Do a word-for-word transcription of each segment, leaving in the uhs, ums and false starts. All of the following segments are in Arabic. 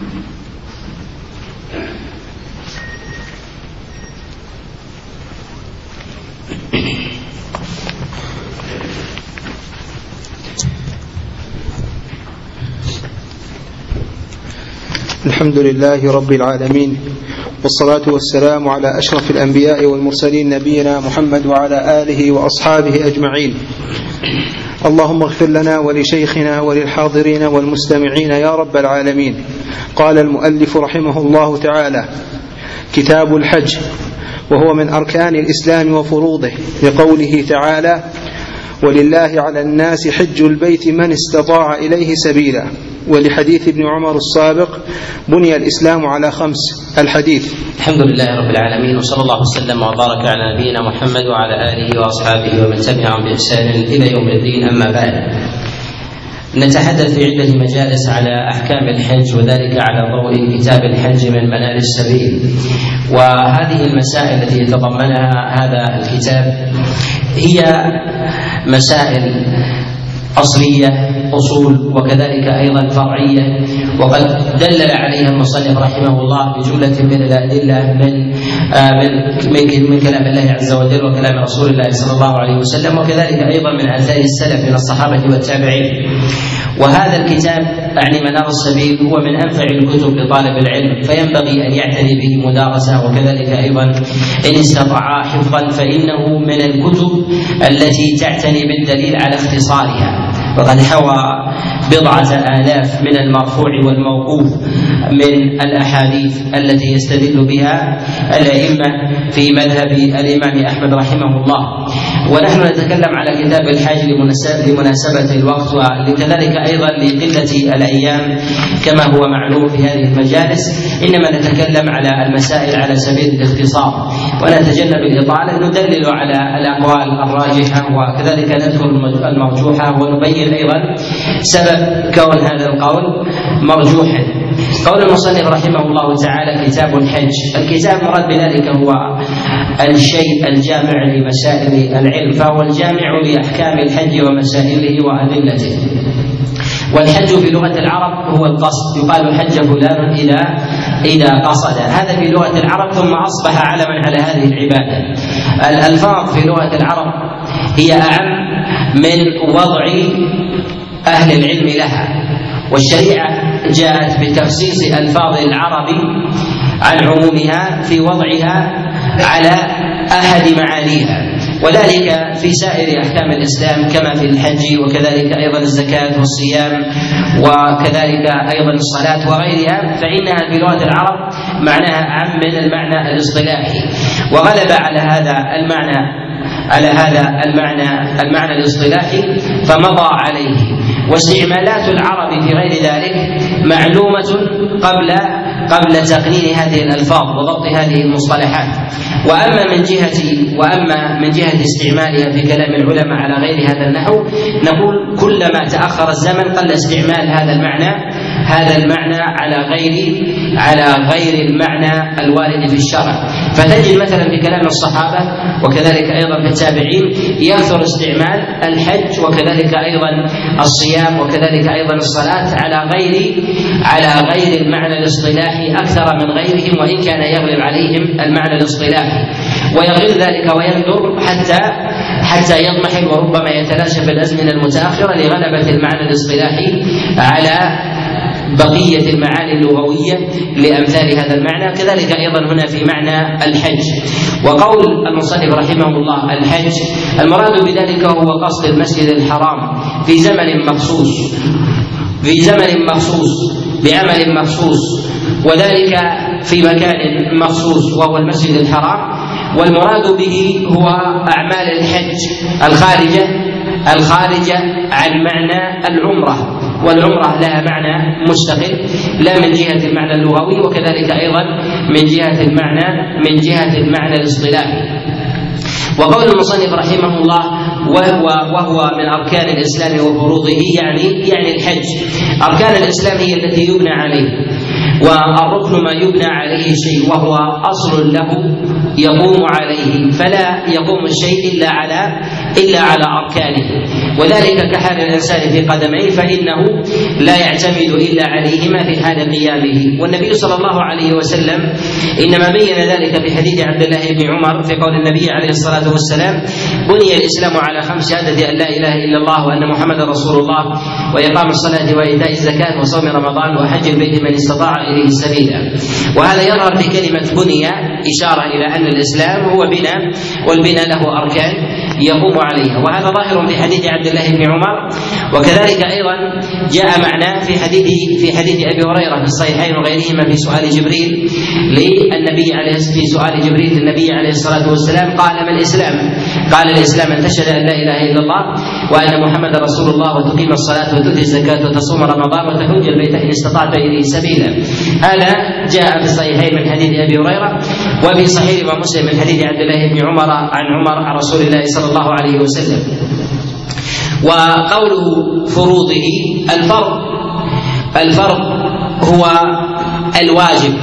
الحمد لله رب العالمين، والصلاة والسلام على أشرف الأنبياء والمرسلين نبينا محمد وعلى آله وأصحابه أجمعين. اللهم اغفر لنا ولشيخنا وللحاضرين والمستمعين يا رب العالمين. قال المؤلف رحمه الله تعالى: كتاب الحج، وهو من أركان الإسلام وفروضه، لقوله تعالى: ولله على الناس حج البيت من استطاع إليه سبيلا، ولحديث ابن عمر السابق: بني الإسلام على خمس. الحديث. الحمد لله رب العالمين، وصلى الله وسلم وبارك على نبينا محمد وعلى آله وأصحابه ومن تبعهم بإحسان إلى يوم الدين. أما بعد، نتحدث في عدة مجالس على أحكام الحج، وذلك على ضوء كتاب الحج من منار السبيل. وهذه المسائل التي يتضمنها هذا الكتاب هي مسائل أصلية، أصول، وكذلك أيضا فرعية، وقد دلل عليها المصنف رحمه الله بجملة من الأدلة من من من كلام الله عز وجل وكلام رسول الله صلى الله عليه وسلم، وكذلك أيضا من آثار السلف من الصحابة والتابعين. وهذا الكتاب أعني منار السبيل هو من أنفع الكتب لطالب العلم، فينبغي أن يعتني به مدارسة، وكذلك أيضا إن استطاع حفظا فإنه من الكتب التي تعتني بالدليل على اختصارها. وقد حوى بضعة آلاف من المرفوع والموقوف من الأحاديث التي يستدل بها الأئمة في مذهب الإمام أحمد رحمه الله. ونحن نتكلم على كتاب الحج لمناسبة الوقت، وكذلك أيضا لقلة الأيام كما هو معلوم في هذه المجالس، إنما نتكلم على المسائل على سبيل الاختصار، ونتجنب الإطالة، ندلل على الأقوال الراجحة وكذلك نذكر المرجوحة، ونبين أيضا سبب كون هذا القول مرجوحا. قول المصنف رحمه الله تعالى: كتاب الحج. الكتاب مراد بذلك هو الشيء الجامع لمسائل العلم، فهو الجامع لأحكام الحج ومسائله وأدلته. والحج في لغة العرب هو القصد، يقال حج فلان إذا إذا قصد، هذا في لغة العرب، ثم أصبح علما على هذه العبادة. الألفاظ في لغة العرب هي أعم من وضع أهل العلم لها، والشريعة جاءت بتخصيص ألفاظ العرب عن عمومها في وضعها على أحد معانيها، وذلك في سائر أحكام الإسلام كما في الحج، وكذلك أيضا الزكاة والصيام، وكذلك أيضا الصلاة وغيرها، فإنها في لغة العرب معناها أعم من المعنى الاصطلاحي، وغلب على هذا المعنى على هذا المعنى المعنى الاصطلاحي فمضى عليه. واستعمالات العرب في غير ذلك معلومة قبل قبل تقنين هذه الألفاظ وضبط هذه المصطلحات. وأما من جهة وأما من جهة استعمالها في كلام العلماء على غير هذا النحو، نقول كلما تأخر الزمن قل استعمال هذا المعنى هذا المعنى على غير على غير المعنى الوارد في الشرع. فتجد مثلا في كلام الصحابة وكذلك أيضا في التابعين يكثر استعمال الحج وكذلك أيضا الصيام وكذلك أيضا الصلاة على غير على غير المعنى الاصطلاحي أكثر من غيرهم، وإن كان يغلب عليهم المعنى الاصطلاحي، ويغل ذلك ويندر حتى حتى يضمحل وربما يتلاشى في الأزمنة المتأخرة لغلبة المعنى الاصطلاحي على بقية المعاني اللغوية لأمثال هذا المعنى. كذلك أيضا هنا في معنى الحج. وقول المصنف رحمه الله الحج، المراد بذلك هو قصد المسجد الحرام في زمن مخصوص في زمن مخصوص بعمل مخصوص، وذلك في مكان مخصوص وهو المسجد الحرام. والمراد به هو أعمال الحج الخارجة الخارجة عن معنى العمرة، والعمرة لها معنى مستقل لا من جهة المعنى اللغوي، وكذلك أيضا من جهة المعنى من جهة المعنى الاصطلاحي. وقول المصنف رحمه الله وهو وهو من أركان الإسلام وفروضه، يعني يعني الحج. أركان الإسلام هي التي يبنى عليه، والركن ما يبنى عليه شيء وهو أصل له يقوم عليه، فلا يقوم الشيء إلا على إلا على أركانه، وذلك كحال الإنسان في قدميه فإنه لا يعتمد إلا عليهما في حال قيامه. والنبي صلى الله عليه وسلم إنما بين ذلك في حديث عبد الله بن عمر في قول النبي عليه الصلاة والسلام: بني الإسلام على خمس: شهادة أن لا إله إلا الله وأن محمد رسول الله وإقام الصلاة وإيتاء الزكاة وصوم رمضان وحج البيت من استطاع إليه سبيلا. وهذا يظهر في كلمة بني إشارة إلى أن الإسلام هو بناء، والبناء له أركان يقوم عليها، وهذا ظاهر في حديث عبد الله بن عمر. وكذلك أيضا جاء معناه في حديث في حديث أبي هريرة في الصحيحين وغيرهما في سؤال جبريل للنبي عليه في سؤال جبريل للنبي عليه الصلاة والسلام: قال ما الإسلام؟ قال: الإسلام أن تشهد أن لا إله إلا الله وأن محمد رسول الله وتقيم الصلاة وتؤتي الزكاة وتصوم رمضان وتحج البيت إن استطعت إليه سبيلا. هذا جاء في الصحيحين من حديث أبي هريرة، وفي صحيح مسلم من حديث عبد الله بن عمر عن عمر عن رسول الله صلى الله عليه وسلم. وقوله فروضه، الفرض الفرض هو الواجب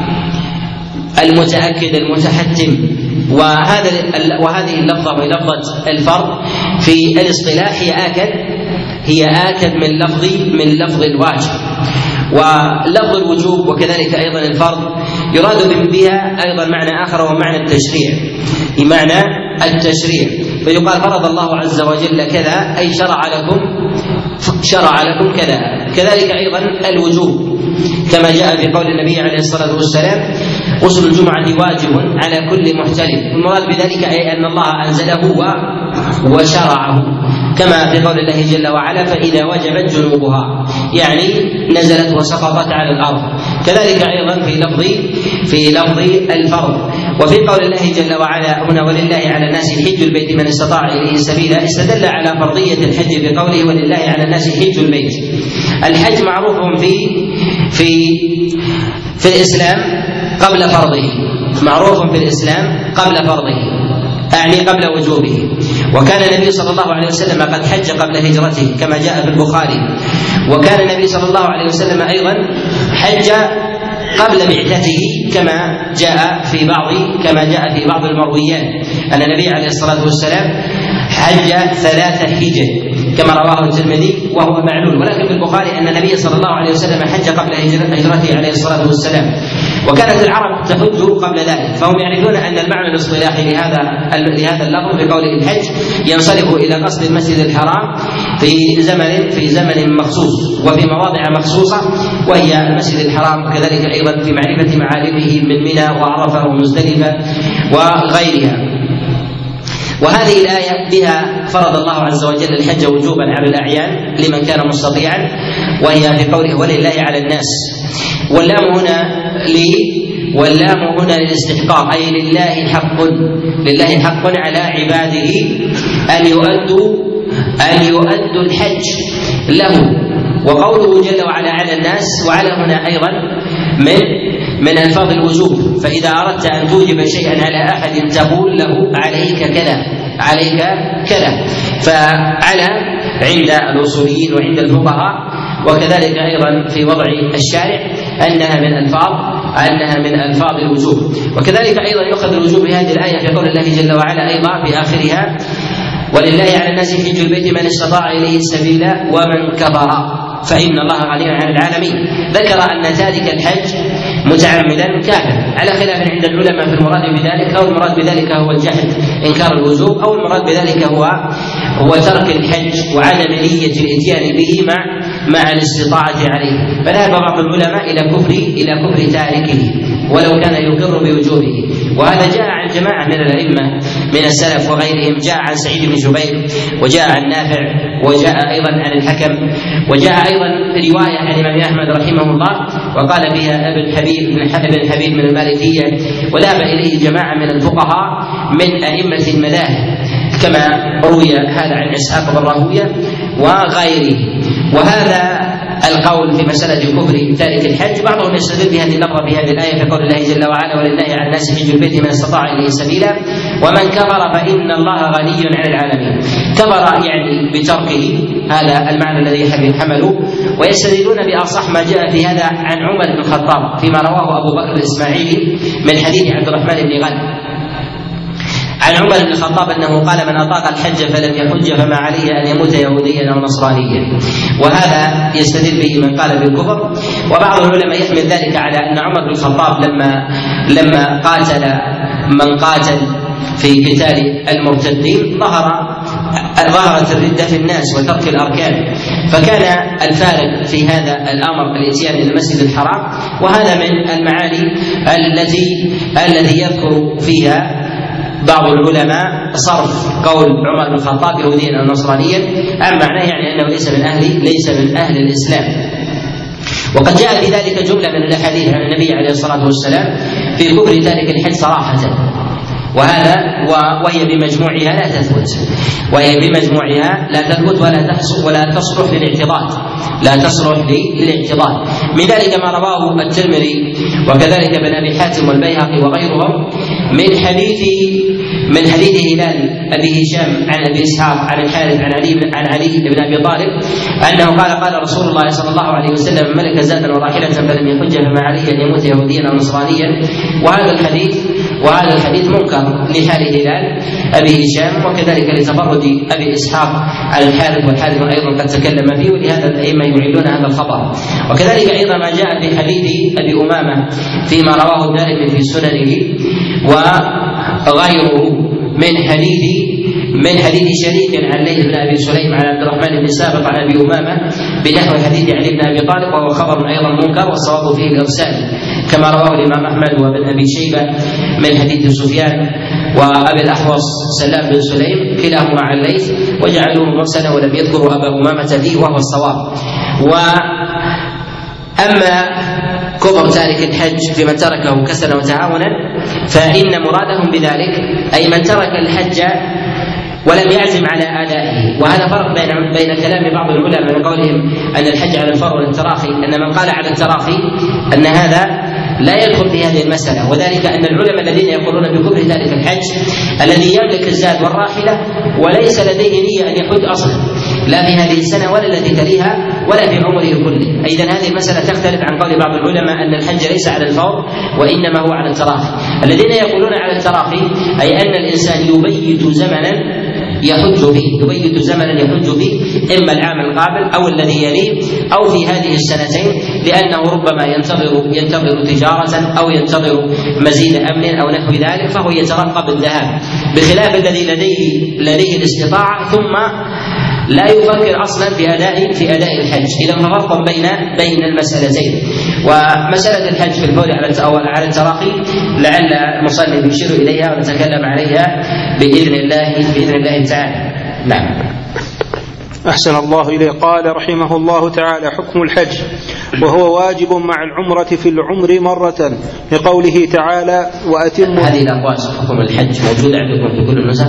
المتأكد المتحتم، وهذا وهذه اللفظة ولفظة الفرض في الاصطلاح هي آكد هي آكد من لفظ من لفظ الواجب. ولفظ الوجوب وكذلك أيضا الفرض يراد بها أيضا معنى آخر وهو معنى التشريع، بمعنى التشريع، فيقال فرض الله عز وجل كذا أي شرع لكم شرع لكم كذا. كذلك أيضا الوجوب كما جاء في قول النبي عليه الصلاة والسلام: غسل الجمعة واجب على كل محتلم. المراد بذلك أي أن الله أنزله وشرعه، كما في قول الله جل وعلا: فإذا وجبت جنوبها، يعني نزلت وسقطت على الأرض. كذلك أيضا في لفظ في لفظ الفرض. وفي قول الله جل وعلا هنا: ولله على الناس حج البيت من استطاع إليه سبيلا، استدل على فرضية الحج بقوله: ولله على الناس حج البيت. الحج معروف في في في الإسلام قبل فرضه، معروف في الإسلام قبل فرضه، أعني قبل وجوبه. وكان النبي صلى الله عليه وسلم قد حج قبل هجرته كما جاء في البخاري. وكان النبي صلى الله عليه وسلم أيضا حج قبل بعثته كما جاء في بعض كما جاء في بعض المرويات أن النبي عليه الصلاة والسلام حج ثلاث حجج كما رواه الترمذي وهو معلول. ولكن في البخاري أن النبي صلى الله عليه وسلم حج قبل هجرته عليه الصلاة والسلام. وكانت العرب تحج قبل ذلك، فهم يعرفون أن المعنى الاصطلاحي لهذا لهذا اللفظ بقوله الحج ينصرف إلى قصد المسجد الحرام في زمن في زمن مخصوص وفي مواضع مخصوصة، وهي المسجد الحرام، وكذلك أيضا في معرفة معالمه من منى وعرفة ومزدلفة وغيرها. وهذه الآية بها فرض الله عز وجل الحج وجوبا على الأعيان لمن كان مستطيعا، وهي في قوله: ولله على الناس. واللام هنا لي واللام هنا للاستحقاق، أي لله حق لله حق على عباده أن يؤدوا أن يؤدوا الحج له. وقوله جل وعلا على الناس، وعلى هنا أيضا من من ألفاظ الوجوب، فإذا أردت أن توجب شيئا على أحد تقول له عليك كذا عليك كذا. فعلى عند الأصوليين وعند الفقهاء وكذلك أيضا في وضع الشارع أنها من ألفاظ أنها من ألفاظ الوجوب. وكذلك أيضا يؤخذ الوجوب بهذه الآية في قول الله جل وعلا أيضا في آخرها: ولله على الناس حج البيت من استطاع إليه سبيلا ومن كفر فإن الله غني عن العالمين. ذكر أن تارك الحج متعمدا كافر، على خلاف عند العلماء في المراد بذلك، أو المراد بذلك هو الجحد إنكار الوجوب، أو المراد بذلك هو هو ترك الحج وعدم نية الإتيان به مع مع الاستطاعة عليه. فذهب بعض العلماء إلى كفر إلى كفر تاركه ولو كان يقر بوجوبه. وهذا جاء عن جماعة من الأئمة من السلف وغيرهم، جاء عن سعيد بن جبير، وجاء عن نافع، وجاء أيضا عن الحكم، وجاء أيضا رواية عن الإمام أحمد رحمه الله وقال بها ابن حبيب بن حبيب من المالكية، وذهب إليه جماعة من الفقهاء من أئمة المذاهب كما روي هذا عن إسحاق بن راهويه وغيره. وهذا القول في مسألة كفر تارك الحج بعضهم يستدل بهذه اللفظة في هذه الآية في قول الله جل وعلا: ولله على الناس حج البيت من استطاع إليه سبيلا ومن كفر فإن الله غني عن العالمين. كفر يعني بتركه، هذا المعنى الذي حملوه. ويستدلون بأصح ما جاء في هذا عن عمر بن الخطاب فيما رواه أبو بكر الإسماعيلي من حديث عبد الرحمن بن غنم عن عمر بن الخطاب أنه قال: من أطاق الحج فلم يحج فما عليه أن يموت يهوديا أو نصرانيا. وهذا يستدل به من قال بالكفر. وبعض العلماء يحمل ذلك على أن عمر بن الخطاب لما لما قاتل من قاتل في قتال المرتدين ظهر ظهرت الردة في الناس وترك الأركان، فكان الفارق في هذا الأمر الاتيان إلى المسجد الحرام. وهذا من المعاني التي الذي يذكر فيها بعض العلماء صرف قول عمر بن الخطاب يهوديا أو نصرانيا عن معناه، يعني أنه ليس من أهل ليس من أهل الإسلام. وقد جاء في ذلك جملة من الأحاديث عن النبي عليه الصلاة والسلام في كفر تارك الحج صراحة، وهذا وهي بمجموعها لا تثبت وهي بمجموعها لا تثبت ولا تحصل ولا تصلح للاعتضاد لا تصلح للاعتضاد. من ذلك ما رواه الترمذي وكذلك ابن أبي حاتم والبيهقي وغيرهم من حديث من حديث هلال أبي هشام عن أبي إسحاق عن الحارث عن علي بن عن علي بن أبي طالب أنه قال: قال رسول الله صلى الله عليه وسلم: ملك زادا وراحلة فلم يحج فما عليه أن يموت يهوديا أو نصرانيا. وهذا الحديث وهذا الحديث منكر لحال هلال أبي هشام، وكذلك لتفرد أبي إسحاق على الحارث، والحارث أيضا قد تكلم فيه، ولهذا الأئمة يعيدون هذا الخبر. وكذلك أيضا ما جاء في حديث أبي أمامة فيما رواه الدارمي في سننه وغيره من حديث من حديث شريك عن ليث بن ابي سليم عن عبد الرحمن بن سابق عن ابي امامه بنحو حديث علي بن ابي طالب، وهو خبر ايضا منكر والصواب فيه الارسال، كما رواه الامام احمد وابن ابي شيبه من حديث سفيان وابي الاحوص سلام بن سليم كلاهما عن ليث، وجعلوه مرسلا ولم يذكروا ابا امامه فيه، وهو الصواب. واما كفر تارك الحج في من تركه كسلا وتهاونا فإن مرادهم بذلك أي من ترك الحج ولم يعزم على أدائه. وهذا فرق بين بين كلام بعض العلماء من قولهم أن الحج على الفور والتراخي، أن من قال على التراخي أن هذا لا يدخل في هذه المسألة، وذلك أن العلماء الذين يقولون بكفر تارك الحج الذي يملك الزاد والراحلة وليس لديه نية أن يحج أصلا لا في هذه السنة ولا التي تليها ولا في عمره كله. إذن هذه المسألة تختلف عن قول بعض العلماء أن الحج ليس على الفور وإنما هو على التراخي. الذين يقولون على التراخي أي أن الإنسان يبيت زمنا يحج فيه يبيت زمنا يحج فيه إما العام القابل أو الذي يليه أو في هذه السنتين، لأنه ربما ينتظر ينتظر تجارة أو ينتظر مزيد أمن أو نحو ذلك، فهو يترقب الذهاب، بخلاف الذي لديه لديه الاستطاعة ثم لا يفكر اصلا في اداء في اداء الحج. اذا فرق بين بين المسالتين. ومساله الحج في الفور على على التراخي لعل المصنف يشير اليها ونتكلم عليها باذن الله باذن الله تعالى. نعم. أحسن الله إليه. قال رحمه الله تعالى: حكم الحج وهو واجب مع العمرة في العمر مرة، لقوله تعالى: وأتم. هذه الأقوال حكم الحج موجودة عندكم في كل النسخ؟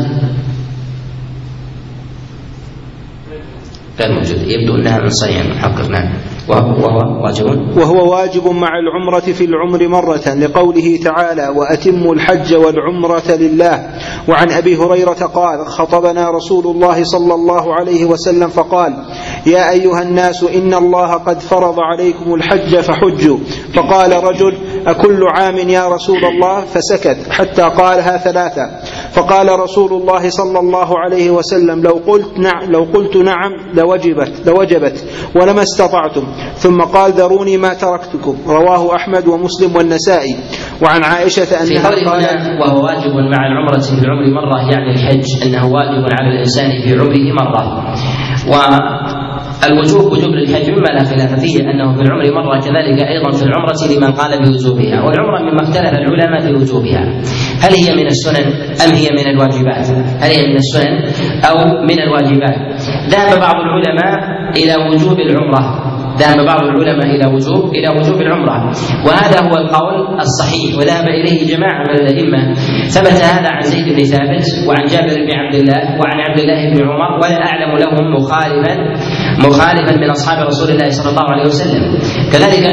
غير موجود، يبدو أنها من صنيع المحقق. نعم. وهو واجب وهو واجب مع العمرة في العمر مرة، لقوله تعالى: وأتموا الحج والعمرة لله. وعن أبي هريرة قال: خطبنا رسول الله صلى الله عليه وسلم فقال: يا أيها الناس إن الله قد فرض عليكم الحج فحجوا. فقال رجل: أكل عام يا رسول الله؟ فسكت حتى قالها ثلاثة. فقال رسول الله صلى الله عليه وسلم: لو قلت نعم, لو قلت نعم لوجبت, لوجبت ولما استطعتم. ثم قال: ذروني ما تركتكم. رواه أحمد ومسلم والنسائي. وعن عائشة أنها قالت: وهو واجب مع العمرة في العمر مرة، يعني الحج أنه واجب على الإنسان في عمره مرة. والوجوب وجوب الحج مما لا خلاف فيه أنه في العمر مرة، كذلك أيضا في العمرة لمن قال بوجوبها. والعمرة مما اختلف العلماء في وجوبها، هل هي من السنن أم هي من الواجبات؟ هل هي من السنن أو من الواجبات؟ ذهب بعض العلماء إلى وجوب العمرة ذهب بعض العلماء إلى وجوب إلى وجوب العمرة، وهذا هو القول الصحيح، وذهب إليه جماعة من الأئمة. ثبت هذا عن زيد بن ثابت وعن جابر بن عبد الله وعن عبد الله بن عمر، ولا أعلم لهم مخالفا مخالفا من أصحاب رسول الله صلى الله عليه وسلم. كذلك أيضا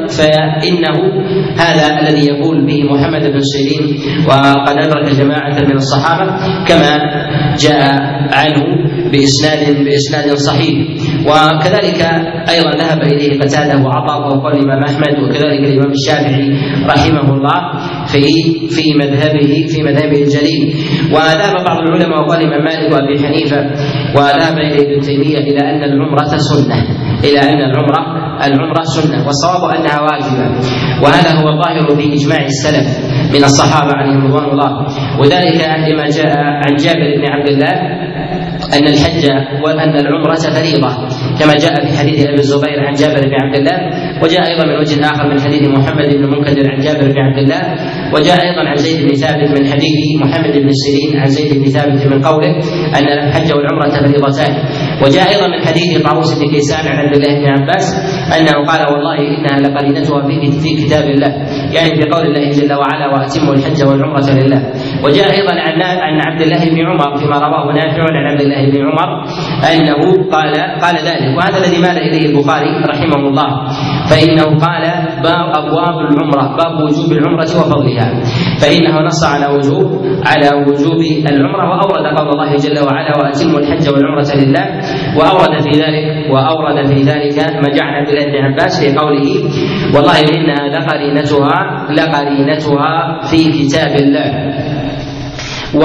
فإنه هذا الذي يقول به محمد بن سيرين وقد أدرك جماعة من الصحابة كما جاء عنه بإسناد بإسناد صحيح. وكذلك أيضا ذهب إليه قتادة وعطاء وقال الإمام أحمد وكذلك الإمام الشافعي رحمه الله في في مذهبه في مذهبه الجليل. وذهب بعض العلماء وقال الإمام مالك وأبي حنيفة وذهب إليه ابن تيمية إلى أن العمرة سنة إلى أن العمرة العمرة سنة، والصواب أنها واجبة، وهذا هو الظاهر في إجماع السلف من الصحابة عليهم رضوان الله. وذلك لما جاء عن جابر بن عبد الله أن الحج وأن العمرة فريضة كما جاء في حديث أبي الزبير عن جابر بن عبد الله، وجاء أيضا من وجه آخر من حديث محمد بن المنكدر عن جابر بن عبد الله، وجاء أيضا عن زيد بن ثابت من حديث محمد بن سيرين عن زيد بن ثابت من قوله أن الحج والعمرة فريضتان، وجاء أيضا من حديث طاووس بن كيسان عن عبد الله بن عباس أنه قال والله إنها لقرينتها في كتاب الله، يعني في قول الله جل وعلا وأتموا الحج والعمرة لله. وجاء أيضا عن عبد الله بن عمر فيما رواه نافع عن عبد الله بن عمر أنه قال قال ذلك، وهذا الذي مال إليه البخاري رحمه الله، فإنه قال باب أبواب العمرة باب وجوب العمرة وفضلها، فإنه نص على وجوب على وجوب العمرة، وأورد قول الله جل وعلا وأتموا الحج والعمرة لله، وأورد في ذلك وأورد في ذلك ما جاء عن عبد الله بن عباس في قوله والله إنها لقرينتها لقرينتها في كتاب الله. و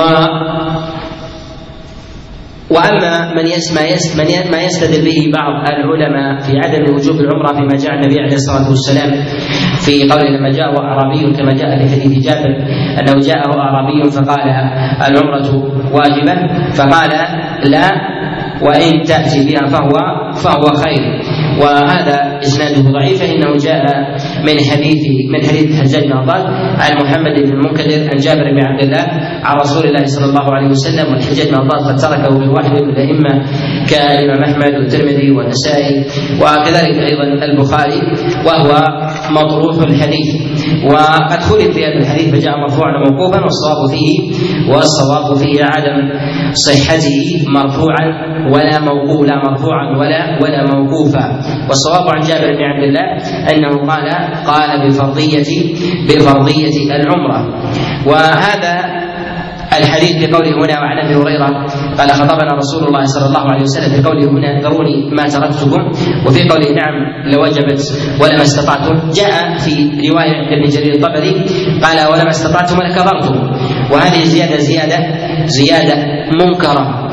وأما من يسمى ما يستدل به بعض العلماء في عدم وجوب العمرة فيما جاء النبي عليه الصلاة والسلام في قوله لما جاءه أعرابي كما جاء في حديث جابر أنه جاءه أعرابي فقال العمرة واجبة فقال لا وإن تأتي بها فهو فهو خير، وهذا إسناده ضعيف، فإنه جاء من حديث من حديث حجاج بن عطاء عن محمد بن المنكدر عن جابر بن عبد الله عن رسول الله صلى الله عليه وسلم، والحجاج بن عطاء قد تركه من واحد من الأئمة كالإمام أحمد والترمذي والنسائي وكذلك أيضا البخاري، وهو مطروح الحديث. وقد خلف في هذا الحديث فجاء مرفوعا وموقوفا، والصواب فيه والصواب فيه عدم صحته مرفوعا ولا موقوف لا مرفوعا ولا ولا موقوفا. والصواب عن جابر بن عبد الله انه قال قال بفرضيه بفرضيه العمره. وهذا الحديث بقوله هنا وعن ابي هريره قال خطبنا رسول الله صلى الله عليه وسلم بقوله هنا ذروني ما تركتكم، وفي قوله نعم لوجبت ولما استطعتم، جاء في روايه عند ابن جرير الطبري قال ولما استطعتم لكبرتم، وهذه زياده زياده زياده منكره،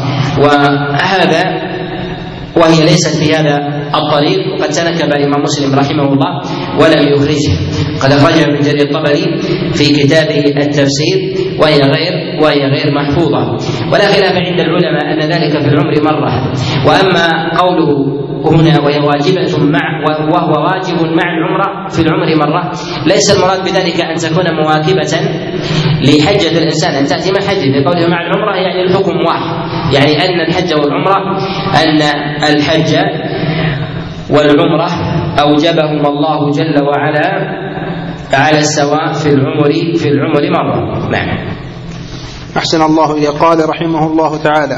وهذا وهي ليست في هذا الطريق، وقد تنكب الإمام مسلم رحمه الله ولم يخرجه، قد أخرجه ابن جرير الطبري في كتابه التفسير وهي غير وهي غير محفوظة. ولا خلاف عند العلماء أن ذلك في العمر مرة. وأما قوله هنا وهي واجبة مع وهو واجب مع العمرة في العمر مرة، ليس المراد بذلك أن تكون مواكبة لحجة الإنسان أن تأتي مع حجه، بقوله مع العمرة يعني الحكم واحد، يعني أن الحج والعمرة أن الحج والعمرة أوجبهما الله جل وعلا على السواء في العمر في العمر مرة. نعم. أحسن الله إليه. قال رحمه الله تعالى: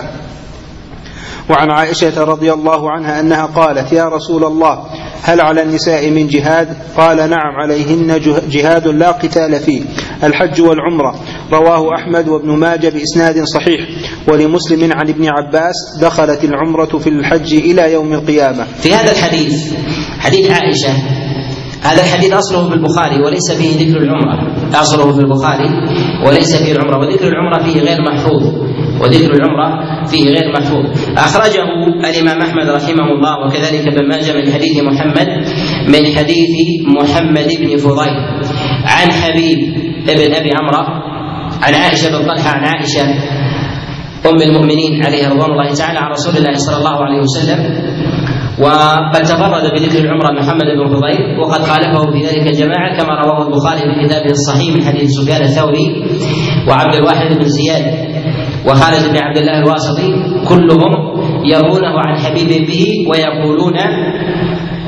وعن عائشة رضي الله عنها أنها قالت: يا رسول الله هل على النساء من جهاد؟ قال: نعم عليهن جهاد لا قتال فيه، الحج والعمرة. رواه أحمد وابن ماجه بإسناد صحيح. ولمسلم عن ابن عباس: دخلت العمرة في الحج إلى يوم القيامة. في هذا الحديث حديث عائشة، هذا الحديث أصله في البخاري وليس فيه ذكر العمرة، أصله في البخاري وليس فيه العمرة، وذكر العمرة فيه غير محفوظ وذكر العمرة فيه غير محفوظ. أخرجه الإمام أحمد رحمه الله وكذلك ابن ماجه من حديث محمد من حديث محمد بن فضيل عن حبيب ابن أبي عمرو عن عائشة بن طلحة عن عائشة أم المؤمنين عليها رضوان الله تعالى عن رسول الله صلى الله عليه وسلم. وقد تفرد بذكر العمرة محمد بن فضيل، وقد خالفه في ذلك جماعة كما رواه البخاري في كتابه الصحيح من حديث سفيان الثوري وعبد الواحد بن زياد وخالد بن عبد الله الواسطي، كلهم يرونه عن حبيب به ويقولون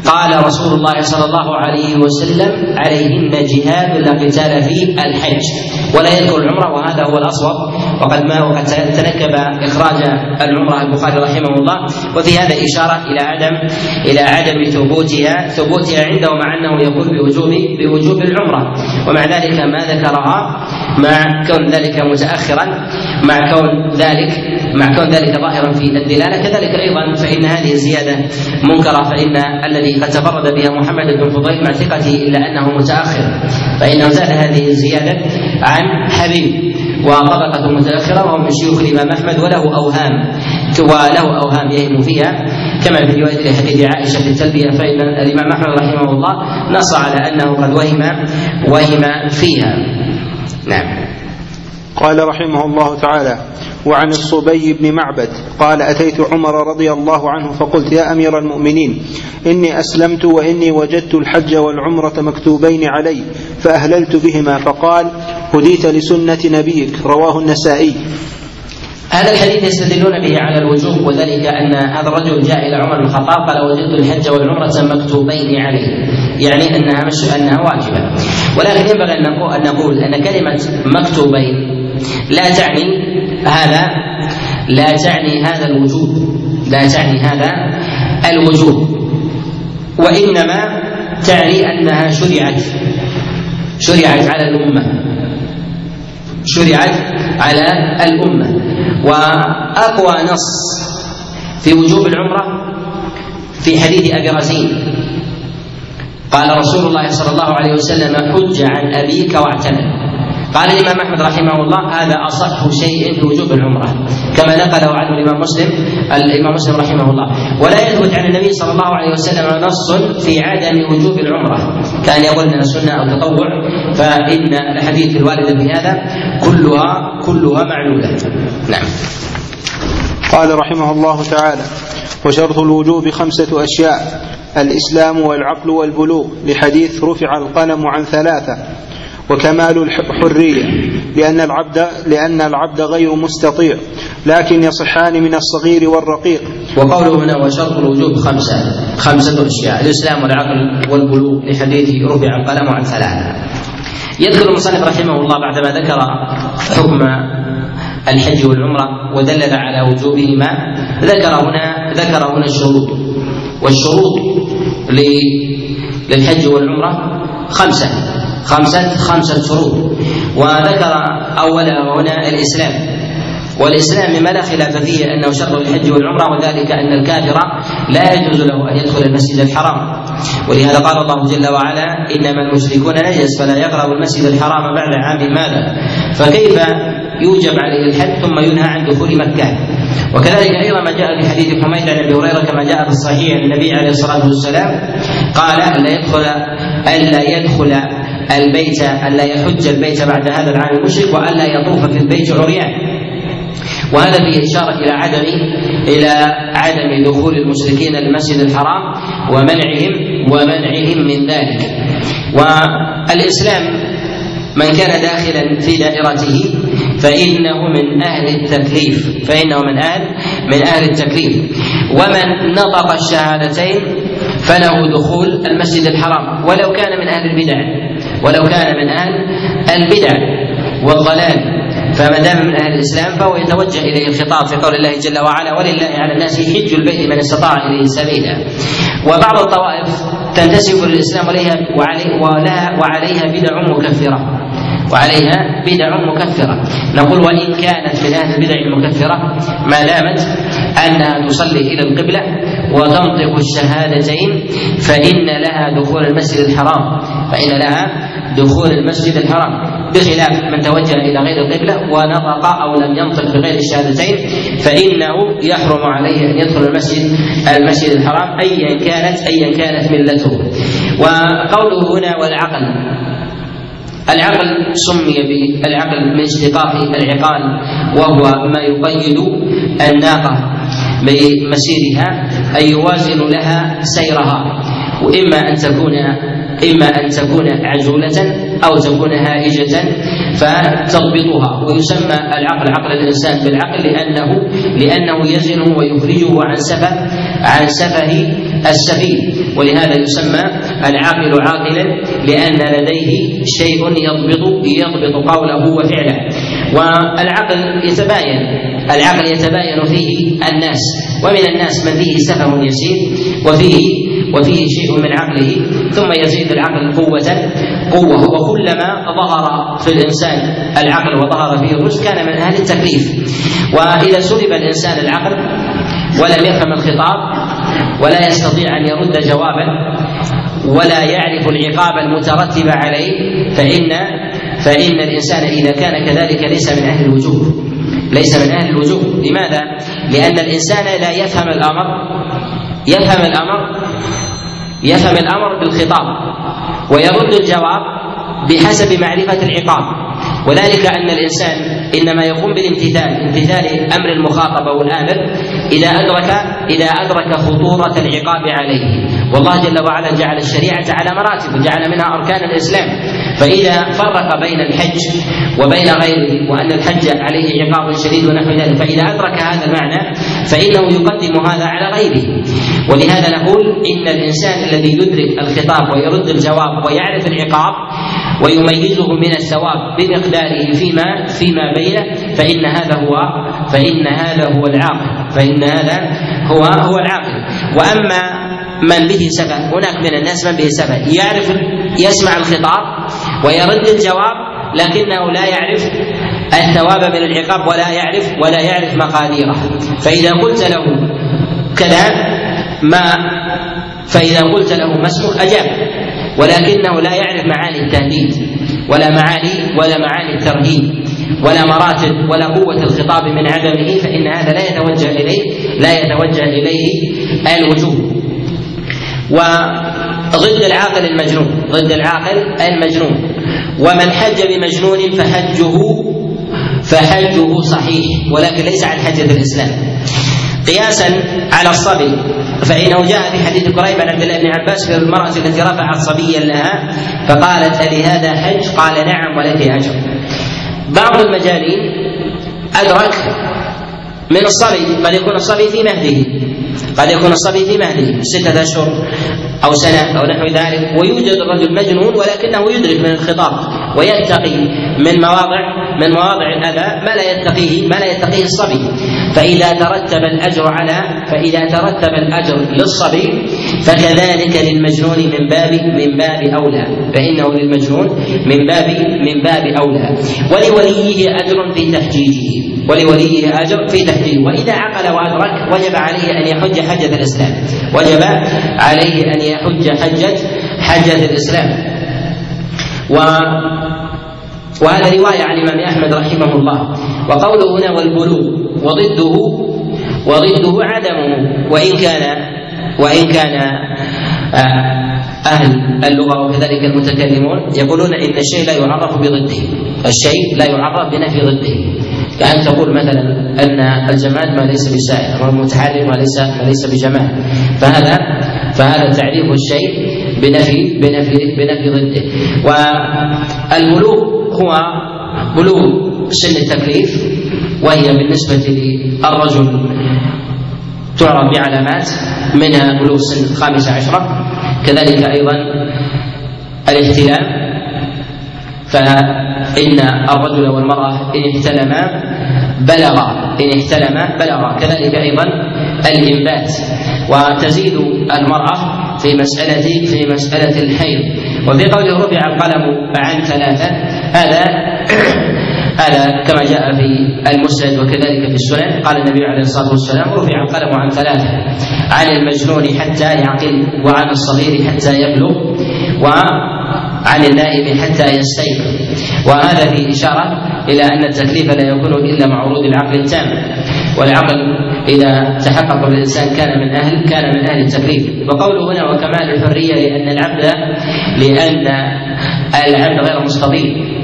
قال رسول الله صلى الله عليه وسلم: عليهن جهاد لا قتال فيه الحج، ولا يذكر العمرة، وهذا هو الأصوب. وقد ما وقد تنكب إخراج العمرة البخاري رحمه الله، وفي هذا إشارة إلى عدم إلى عدم ثبوتها ثبوتها عنده، مع أنه يقول بوجوب بوجوب العمرة، ومع ذلك ما ذكرها مع كون ذلك متأخرا، مع كون ذلك مع كون ذلك ظاهرا في الدلالة. كذلك أيضا فإن هذه الزيادة منكرة، فإن الذي قد تفرد بها محمد بن فضيل مع ثقته إلا أنه متأخر، فإنه زاد هذه الزيادة عن حبيب وطبقة متأخرة، وهو من شيوخ الإمام أحمد، وله أوهام وله أوهام يهم فيها، كما في رواية حديث عائشة في التلبية، فإن الإمام أحمد رحمه الله نص على أنه قد وهم وهم فيها. نعم. قال رحمه الله تعالى: وعن الصبي بن معبد قال: أتيت عمر رضي الله عنه فقلت: يا أمير المؤمنين، إني أسلمت وإني وجدت الحج والعمرة مكتوبين علي فأهللت بهما. فقال: هديت لسنة نبيك. رواه النسائي. هذا الحديث يستدلون به على الوجوب، وذلك أن هذا الرجل جاء إلى عمر بن الخطاب قال: وجدت الحج والعمرة مكتوبين عليه، يعني أنها مش أنها واجبة. ولكن ينبغي أن نقول أن كلمة مكتوبين لا تعني هذا لا تعني هذا الوجوب لا تعني هذا الوجوب وإنما تعني أنها شرعت شرعت على الأمة شرعت على الأمة وأقوى نص في وجوب العمرة في حديث أبي رزين قال رسول الله صلى الله عليه وسلم: حج عن أبيك واعتمر. قال الإمام أحمد رحمه الله: هذا أصح شيء في وجوب العمرة، كما نقله عنه الإمام مسلم الإمام مسلم رحمه الله. ولا يثبت عن النبي صلى الله عليه وسلم نص في عدم وجوب العمرة، كان يقول أنها سنة أو تطوع، فإن الحديث الواردة في هذا كلها كلها معلولة. نعم. قال رحمه الله تعالى: وشرط الوجوب خمسة أشياء: الإسلام والعقل والبلوغ، لحديث رفع القلم عن ثلاثة، وكمال الحرية لأن العبد لأن العبد غير مستطيع، لكن يصحان من الصغير والرقيق. وقوله هنا وشرط الوجوب خمسة خمسة أشياء: الإسلام والعقل والبلوغ، لحديث رفع القلم عن ثلاثة. يذكر المصنف رحمه الله بعدما ذكر حكم الحج والعمرة ودلل على وجوبهما، ذكر هنا ذكر هنا الشروط، والشروط للحج والعمرة خمسة خمسة خمسة شروط. وذكر أولا هنا الإسلام، والإسلام مما لا خلاف فيه أنه شرط للحج والعمرة، وذلك أن الكافر لا يجوز له أن يدخل المسجد الحرام، ولهذا قال الله جل وعلا: إنما المشركون نجس فلا يقربوا المسجد الحرام بعد عام ماذا. فكيف يوجب عليه الحج ثم ينهى عن دخول مكة؟ وكذلك أيضا ما جاء في حديث حميد عن أبي هريرة كما جاء في الصحيح عن النبي عليه الصلاة والسلام قال: ألا يدخل ألا يدخل البيت ألا يحج البيت بعد هذا العام المشرك، وألا يطوف في البيت عريان. وهذا فيه إشارة إلى عدم إلى عدم دخول المشركين للمسجد الحرام ومنعهم ومنعهم من ذلك. والإسلام من كان داخلا في دائرته فإنه من أهل التكليف فإنه من أهل من أهل التكليف ومن نطق الشهادتين فله دخول المسجد الحرام ولو كان من أهل البدع ولو كان من أهل البدع والضلال، فما دام من أهل الإسلام فهو يتوجه إليه الخطاب في قول الله جل وعلا: ولله على الناس حج البيت من استطاع إليه سبيلا. وبعض الطوائف تنتسب للإسلام ولها وعليها بدع مكفرة وعليها بدع مكفرة نقول: وإن كانت من أهل البدع المكفرة ما دامت أنها تصلي إلى القبلة وتنطق الشهادتين فإن لها دخول المسجد الحرام فإن لها دخول المسجد الحرام، بخلاف من توجه إلى غير القبلة ونطق أو لم ينطق بغير الشهادتين فإنه يحرم عليه أن يدخل المسجد المسجد الحرام أيا كانت أيا كانت ملته. وقوله هنا والعقل، العقل سمي بالعقل من اشتقاق العقال، وهو ما يقيد الناقة بمسيرها أي يوازن لها سيرها، وإما أن تكون إما أن تكون عجولة أو تكون هائجة فتضبطها. ويسمى العقل عقل الإنسان بالعقل لأنه لأنه يزنه ويخرجه عن سفه عن سفه السفيه. ولهذا يسمى العاقل عاقلا لأن لديه شيء يضبط يضبط قوله وفعله. والعقل يتباين العقل يتباين فيه الناس، ومن الناس من فيه سفه يسير وفيه وفيه شيء من عقله، ثم يزيد العقل قوة قوة وكلما ظهر في الإنسان العقل وظهر فيه الرشد كان من أهل التكليف. وإذا سلب الإنسان العقل ولم يفهم الخطاب ولا يستطيع أن يرد جوابا ولا يعرف العقاب المترتب عليه فإن فإن الإنسان إذا كان كذلك ليس من أهل الوجوب ليس من أهل الوجوب. لماذا؟ لأن الإنسان لا يفهم الأمر يفهم الأمر يفهم الأمر بالخطاب ويرد الجواب بحسب معرفة العقاب، وذلك أن الإنسان إنما يقوم بالامتثال امتثال أمر المخاطب والآمر إذا أدرك إذا أدرك خطورة العقاب عليه. والله جل وعلا جعل الشريعة على مراتب وجعل منها أركان الإسلام، فإذا فرق بين الحج وبين غيره وأن الحج عليه عقاب شديد ونحو ذلك، فإذا أدرك هذا المعنى فإنه يقدم هذا على غيره. ولهذا نقول إن الإنسان الذي يدرك الخطاب ويرد الجواب ويعرف العقاب ويميزه من الثواب بمقداره فيما فيما بينه فإن هذا هو فإن هذا هو العاقل فإن هذا هو هو العاقل. وأما من به سفه، هناك من الناس من به سفه يعرف يسمع الخطاب ويرد الجواب لكنه لا يعرف الثواب من العقاب ولا يعرف ولا يعرف مقاديره، فإذا قلت له كلام ما فإذا قلت له ما اسمك أجاب، ولكنه لا يعرف معاني التهديد ولا معاني ولا معاني الترهيب ولا مراتب ولا قوة الخطاب من عدمه، فإن هذا لا يتوجه إليه لا يتوجه إليه الوجوب. وضد العاقل المجنون ضد العاقل المجنون ومن حج بمجنون فحجه فحجه صحيح ولكن ليس عن حجة الإسلام، قياسا على الصبي، فإنه جاء في حديث قريب عن عبد الله بن عباس في المرأة التي رفعت صبيا لها فقالت ألي هذا حج؟ قال نعم ولك أجر. بعض المجانين أدرك من الصبي، قد يكون الصبي في مهده قد يكون الصبي في مهده ستة أشهر أو سنة أو نحو ذلك، ويوجد الرجل مجنون ولكنه يدرك من الخطاب ويتقي من مواضع من مواضع الأذى ما لا يتقيه ما لا يتقيه الصبي، فإذا ترتب الأجر على فإذا ترتب الأجر للصبي فكذلك للمجنون من باب من باب أولى فإنه للمجنون من باب من باب أولى. ولوليه أجر في تحجيجه ولوليه أجر في تحجيجه وإذا عقل وأدرك وجب عليه أن يحج حجة الإسلام وجب عليه أن يحج حجة حجة الإسلام. و وهذا رواية عن الإمام أحمد رحمه الله. وقوله هنا والبلوغ وضده وضده عدمه، وإن كان وإن كان أهل اللغة وكذلك المتكلمون يقولون إن الشيء لا يعرف بضده الشيء لا يعرف بنفي ضده، كأن تقول مثلا أن الجماد ما ليس بسائر والمتحرك ما ليس ما ليس بجماد، فهذا فهذا تعريف الشيء بنفي بنفي بنفي ضده. والبلوغ هو بلوغ سن التكليف، وهي بالنسبة للرجل تعرف بعلامات منها بلوغ سن الخامسة عشرة، كذلك أيضا الاحتلام، فإن الرجل والمرأة إن احتلما بلغا إن احتلما بلغا كذلك أيضا الإنبات. وتزيد المرأة في مسألة في مسألة الحيض. وفي قوله رفع القلم عن ثلاثة هذا هذا كما جاء في المسند وكذلك في السنن، قال النبي عليه الصلاة والسلام رفع القلم عن ثلاثة: عن المجنون حتى يعقل، وعن الصغير حتى يبلغ، وعن النائم حتى يستيقظ. وهذا فيه إشارة إلى أن التكليف لا يكون إلا مع ورود العقل التام، والعقل إذا تحقق الإنسان كان من أهل كان من أهل التكليف. وقوله هنا وكمال الحرية لأن العبد لأن العبد غير مستطيع،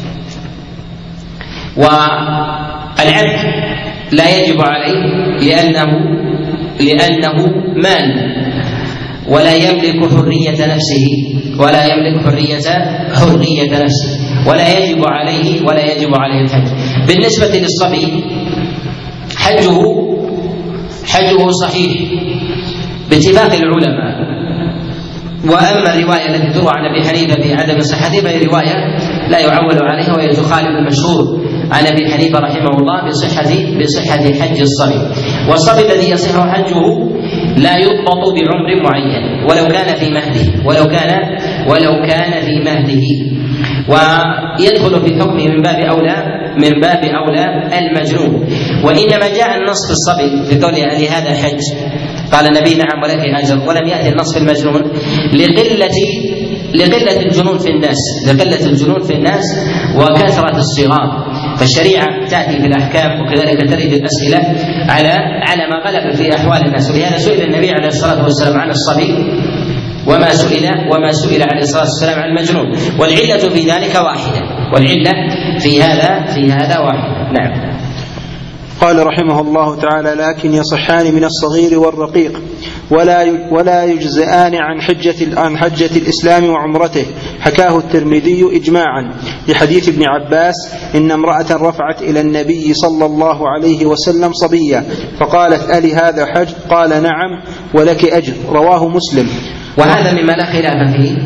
والعبد لا يجب عليه لأنه لأنه مال ولا يملك حرية نفسه ولا يملك حرية حرية نفسه ولا يجب عليه ولا يجب عليه الحج. بالنسبة للصبي حجه حجه صحيح باتفاق العلماء وأما الرواية التي تروى عن أبي حنيفة في عدم صحتها فهي رواية لا يعول عليها، وهي تخالف المشهور عن أبي حنيفة رحمه الله بصحة بصحة حج الصبي. والصبي الذي يصح حجه لا يضبط بعمر معين ولو كان في مهده ولو كان ولو كان في مهده ويدخل في حكمه من باب أولى من باب أولى المجنون. وإنما جاء النص في الصبي في قوله لهذا حج قال النبي نعم ولك أجر، ولم يأتي النص في المجنون لقلة لقلة الجنون في الناس لقلة الجنون في الناس وكثرة الصغار، فالشريعة تأتي في الأحكام وكذلك ترد الأسئلة على على ما غلب في أحوال الناس. ولهذا سئل النبي عليه الصلاة والسلام عن الصبي وما سئل وما سئل عليه الصلاة والسلام عن المجنون، والعلة في ذلك واحدة والعلة في هذا في هذا واحدة. نعم. قال رحمه الله تعالى: لكن يصحان من الصغير والرقيق ولا ولا يجزئان عن حجة عن حجة الإسلام وعمرته، حكاه الترمذي إجماعا لحديث ابن عباس إن امرأة رفعت إلى النبي صلى الله عليه وسلم صبيا فقالت: ألي هذا حج؟ قال: نعم ولك أجر، رواه مسلم. وهذا مما لا خلاف فيه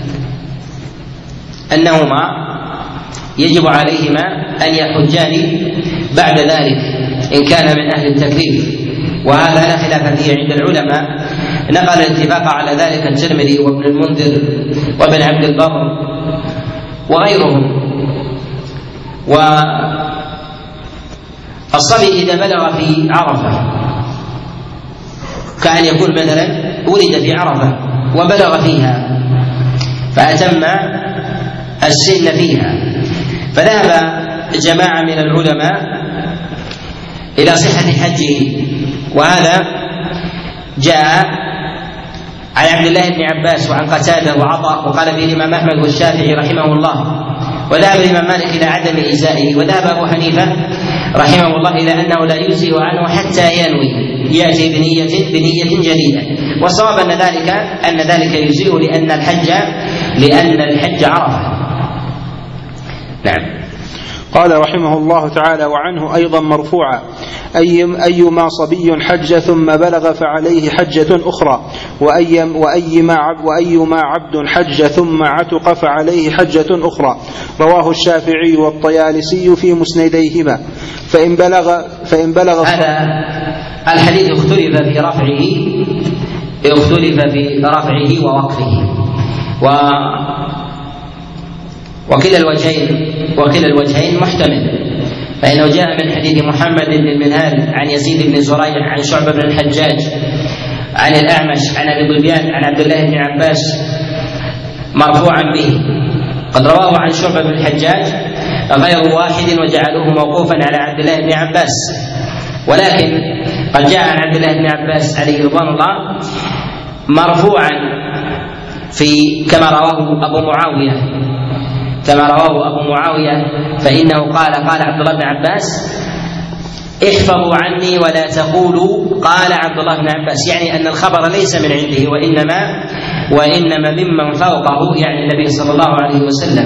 أنهما يجب عليهما أن يحجان بعد ذلك إن كان من أهل التكليف، وهذا لا خلاف فيه عند العلماء. نقل الاتفاق على ذلك الترمذي وابن المنذر وابن عبد البر وغيرهم. والصبي إذا بلغ في عرفة كأن يكون مثلا ولد في عرفة وبلغ فيها فأتم السن فيها، فذهب جماعة من العلماء إلى صحة حجه، وهذا جاء عن عبد الله بن عباس وعن قتادة وعطاء، وقال به الإمام أحمد والشافعي رحمه الله، وذهب الإمام مالك إلى عدم إجزائه، وذهب أبو حنيفة رحمه الله إلى أنه لا يجزئ عنه حتى ينوي يأتي بنية بنية جديدة. والصواب أن ذلك أن ذلك يجزئه لأن الحج لأن الحج عرفة. نعم. قال رحمه الله تعالى: وعنه أيضا مرفوعا: أي أيما صبي حج ثم بلغ فعليه حجة أخرى، وأيما وأيما عبد, وأيما عبد حج ثم عتق فعليه حجة أخرى، رواه الشافعي والطيالسي في مسنديهما. فإن بلغ فإن بلغ هذا الحديث اختلف في رفعه اختلف في رفعه ووقفه، و وكلا الوجهين وكلا الوجهين محتمل، فإنه جاء من حديث محمد بن المنهال عن يزيد بن زريع عن شعبة بن الحجاج عن الأعمش عن أبي ظبيان عن عبد الله بن عباس مرفوعا به. قد رواه عن شعبة بن الحجاج غير واحد وجعلوه موقوفا على عبد الله بن عباس، ولكن قد جاء عن عبد الله بن عباس عليه رضوان الله مرفوعا في كما رواه أبو معاوية كما رواه أبو معاوية فإنه قال قال عبد الله بن عباس: احفظوا عني ولا تقولوا قال عبد الله بن عباس، يعني أن الخبر ليس من عنده وإنما وإنما ممن فوقه، يعني النبي صلى الله عليه وسلم.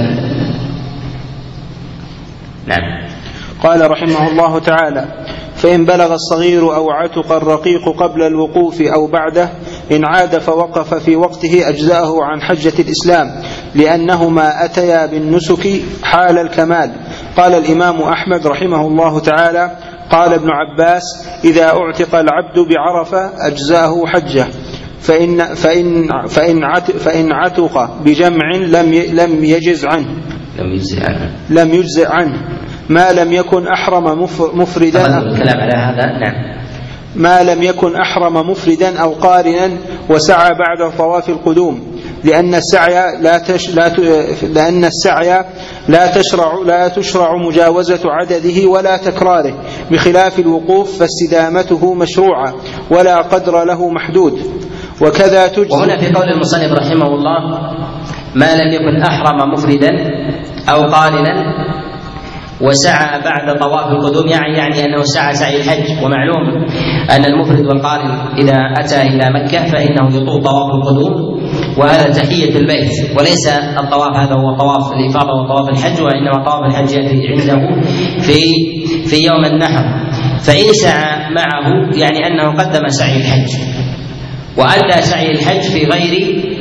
نعم. قال رحمه الله تعالى: فإن بلغ الصغير أو عتق الرقيق قبل الوقوف أو بعده إن عاد فوقف في وقته أجزأه عن حجة الإسلام، لأنهما أتيا بالنسك حال الكمال. قال الإمام أحمد رحمه الله تعالى: قال ابن عباس: إذا أعتق العبد بعرفة أجزأه حجة، فإن, فإن, فإن, عتق, فإن عتق بجمع لم لم يجز عنه لم يجزئ عنه لم يجزئ عنه ما لم يكن أحرم مفردا الكلام على هذا. نعم. ما لم يكن أحرم مفردا أو قارنا وسعى بعد طواف القدوم، لأن السعي لا تش لا ت... لأن السعي لا تشرع لا تشرع مجاوزة عدده ولا تكراره، بخلاف الوقوف فاستدامته مشروعة ولا قدر له محدود. وكذا تجزي. وهنا في قول المصنف رحمه الله: ما لم يكن أحرم مفردا أو قارنا وسعى بعد طواف القدوم، يعني يعني أنه سعى سعي الحج. ومعلوم أن المفرد والقارن إذا أتى إلى مكة فإنه يطوف طواف القدوم، وهذا تحية البيت، وليس الطواف هذا هو طواف الإفاضة وطواف الحج، وإنما طواف الحج يأتي عنده في في يوم النحر. فإن سعى معه يعني أنه قدم سعي الحج وأدى سعي الحج في غير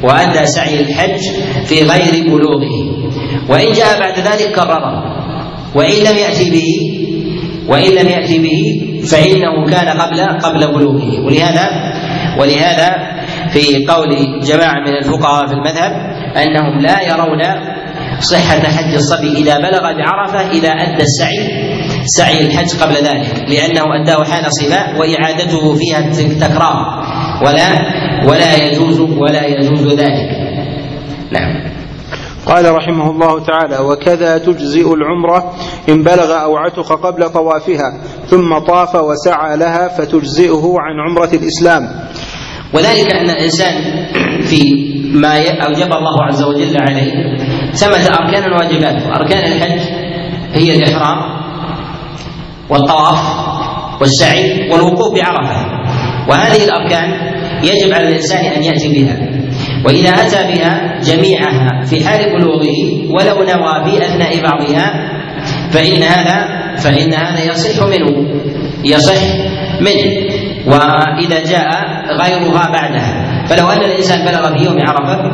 وأدى سعي الحج في غير بلوغه، وإن جاء بعد ذلك كرره، وإن لم يأتي به وإن لم يأتي به فإنه كان قبل قبل بلوغه. ولهذا ولهذا في قول جماعة من الفقهاء في المذهب أنهم لا يرون صحة حج الصبي إذا بلغ بعرفة إذا أدى السعي سعي الحج قبل ذلك، لأنه أداه حال صباء وإعادته فيها تكرار، ولا ولا يجوز ولا يجوز ذلك. نعم. قال رحمه الله تعالى: وكذا تجزئ العمرة إن بلغ أو عتق قبل طوافها ثم طاف وسعى لها فتجزئه عن عمرة الإسلام. وذلك أن الإنسان في ما أوجب الله عز وجل عليه ثمة أركان واجبات. أركان الحج هي الإحرام والطواف والسعي والوقوف بعرفة، وهذه الأركان يجب على الإنسان أن يأتي بها، وإذا أتى بها جميعها في حال بلوغه ولو نوى في أثناء بعضها فإن هذا فإن هذا يصح منه يصح منه وإذا جاء غيرها بعدها. فلو أن الإنسان بلغ في يوم عرفة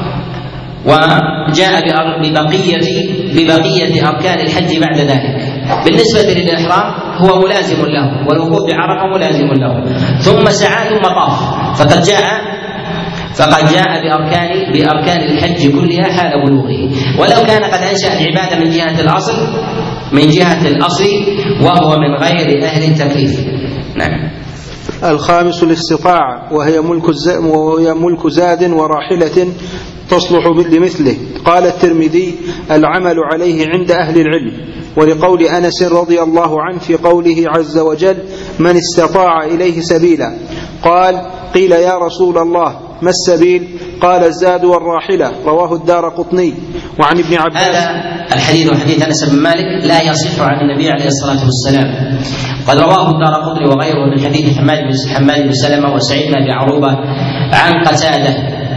وجاء ببقية ببقية أركان الحج بعد ذلك، بالنسبة للإحرام هو ملازم له والوقوف بعرفة ملازم له، ثم سعى ثم طاف، فقد جاء فقد جاء بأركان بأركان الحج كلها حال بلوغه، ولو كان قد أنشأ العبادة من جهة الأصل من جهة الأصل وهو من غير أهل التكليف. نعم. الخامس الاستطاعة، وهي ملك وهي ملك زاد وراحلة تصلح لمثله. قال الترمذي: العمل عليه عند أهل العلم. ولقول أنس رضي الله عنه في قوله عز وجل: من استطاع إليه سبيلا. قال: قيل يا رسول الله ما السبيل؟ قال: الزاد والراحلة. رواه الدارقطني. وعن ابن عباس. هذا الحديث حديث أنس بن مالك لا يصح عن النبي عليه الصلاة والسلام، قد رواه الدارقطني وغيره من حديث حماد بن سلمة وسعيد بن أبي عروبة عن قتادة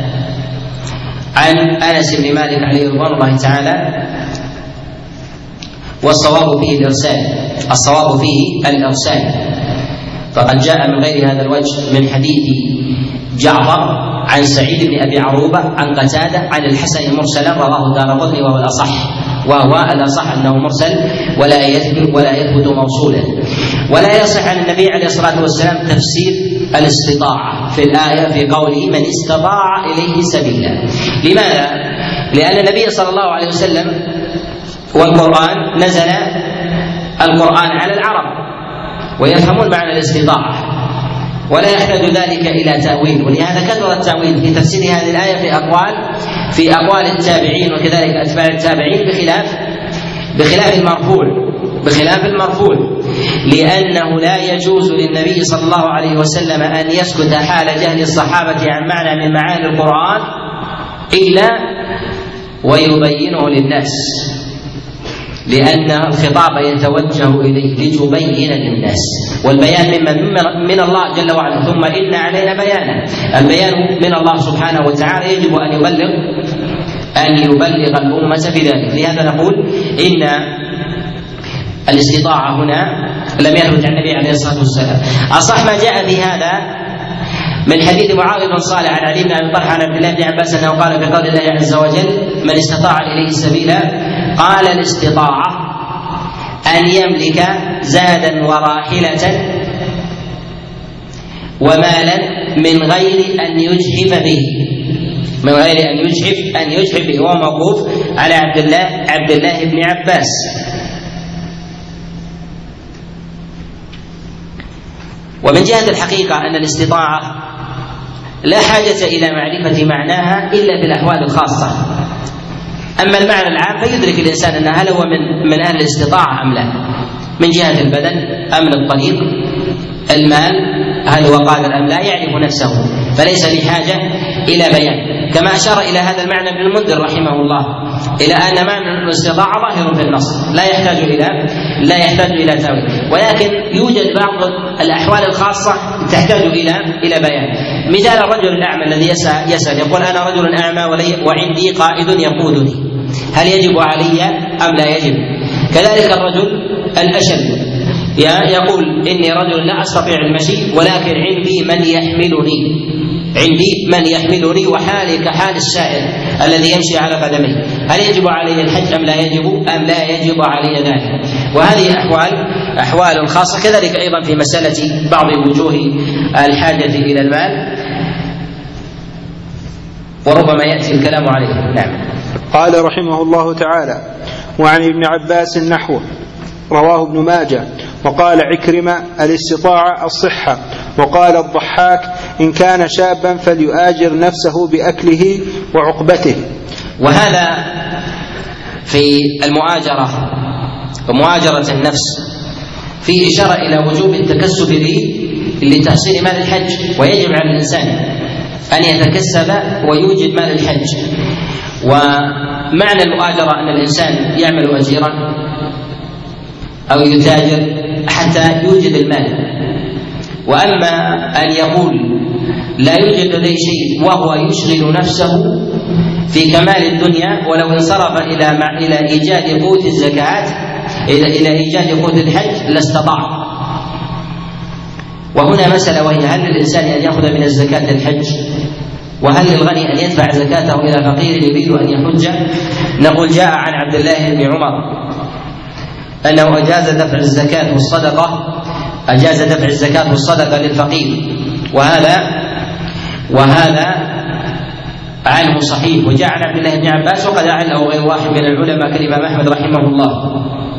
عن أنس بن مالك عليه رضوان الله تعالى، والصواب فيه الإرسال الصواب فيه الإرسال فقد جاء من غير هذا الوجه من حديث جعفر عن سعيد بن أبي عروبة عن قتادة عن الحسن مرسلا، رواه الدارقطني وهو الأصح وهو الأصح أنه مرسل ولا يثبت ولا يثبت موصولا. ولا يصح عن النبي عليه الصلاة والسلام تفسير الاستطاعة في الآية في قوله: من استطاع إليه سبيلا. لماذا؟ لأن النبي صلى الله عليه وسلم والقرآن نزل القرآن على العرب ويفهمون معنى الاستطاعة ولا يحتاج ذلك إلى تأويل، ولهذا كثر التأويل في تفسير هذه الآية في أقوال في أقوال التابعين وكذلك أتباع التابعين بخلاف بخلاف المرفوع بخلاف المرفوع لأنه لا يجوز للنبي صلى الله عليه وسلم أن يسكت حال جهل الصحابة عن معنى من معاني القرآن إلا ويبينه للناس، لأن الخطاب يتوجه إليه لتبين للناس، والبيان ممن من الله جل وعلا، ثم إن علينا بيانا. البيان من الله سبحانه وتعالى يجب أن يبلغ أن يبلغ الأمة بذلك. لهذا نقول إن الاستطاعة هنا لم يثبت عن النبي عليه الصلاة والسلام. أصح ما جاء في هذا من حديث معاذ بن صالح عن علي بن أبي طلحة عن عبد الله بن عباس أنه قال في قول الله عز وجل: من استطاع إليه سبيلا. قال: الاستطاعة أن يملك زادا وراحلة ومالا من غير أن يجحف به من غير أن يجحف أن يجحف به. هو موقوف على عبد الله عبد الله بن عباس. ومن جهة الحقيقة أن الاستطاعة لا حاجة إلى معرفة معناها إلا في الأحوال الخاصة. أما المعنى العام فيدرك الإنسان أن هل هو من من أهل الاستطاعة أم لا، من جهة البدن أم الطريق، المال هل هو قادر أم لا، يعرف نفسه، فليس بحاجة إلى بيان. كما أشار إلى هذا المعنى ابن المنذر رحمه الله إلى أن معنى الاستطاعة ظاهر في النص لا يحتاج إلى لا يحتاج إلى تأويل، ولكن يوجد بعض الأحوال الخاصة تحتاج إلى إلى بيان. مثال الرجل الأعمى الذي يسأل, يسأل يقول: أنا رجل أعمى وعندي قائد يقودني، هل يجب علي أم لا يجب؟ كذلك الرجل الأشل يقول: إني رجل لا أستطيع المشي ولكن عندي من يحملني، عندي من يحملني وحالي كحال السائر الذي يمشي على قدميه، هل يجب علي الحج أم لا يجب أم لا يجب علي ذلك؟ وهذه أحوال أحوال خاصة. كذلك أيضا في مسألة بعض وجوه الحاجة إلى المال، وربما يأتي الكلام عليه. نعم. قال رحمه الله تعالى: وعن ابن عباس نحوه، رواه ابن ماجه. وقال عكرمة: الاستطاعة الصحة. وقال الضحاك: إن كان شابا فليؤاجر نفسه بأكله وعقبته. وهذا في المؤاجرة ومؤاجرة النفس في إشارة إلى وجوب التكسب لتحصيل مال الحج، ويجب على الإنسان أن يتكسب ويوجد مال الحج. ومعنى المؤاجرة أن الإنسان يعمل أجيرا أو يتاجر حتى يوجد المال. وأما أن يقول لا يوجد لديه شيء وهو يشغل نفسه في كمال الدنيا، ولو انصرف إلى إلى إيجاد قوت الزكاة إلى إلى إيجاد قوت الحج لاستطاع. وهنا مسألة، وهي: هل للإنسان أن يأخذ من الزكاة الحج؟ وهل للغني أن يدفع زكاته إلى فقير يريد أن يحج؟ نقول: جاء عن عبد الله بن عمر أنه أجاز دفع الزكاة والصدقة أجاز دفع الزكاة والصدقة للفقير، وهذا وهذا عنه صحيح. وجاء عن عبد الله بن عباس، وقد أعله غير واحد من العلماء كالإمام أحمد رحمه الله.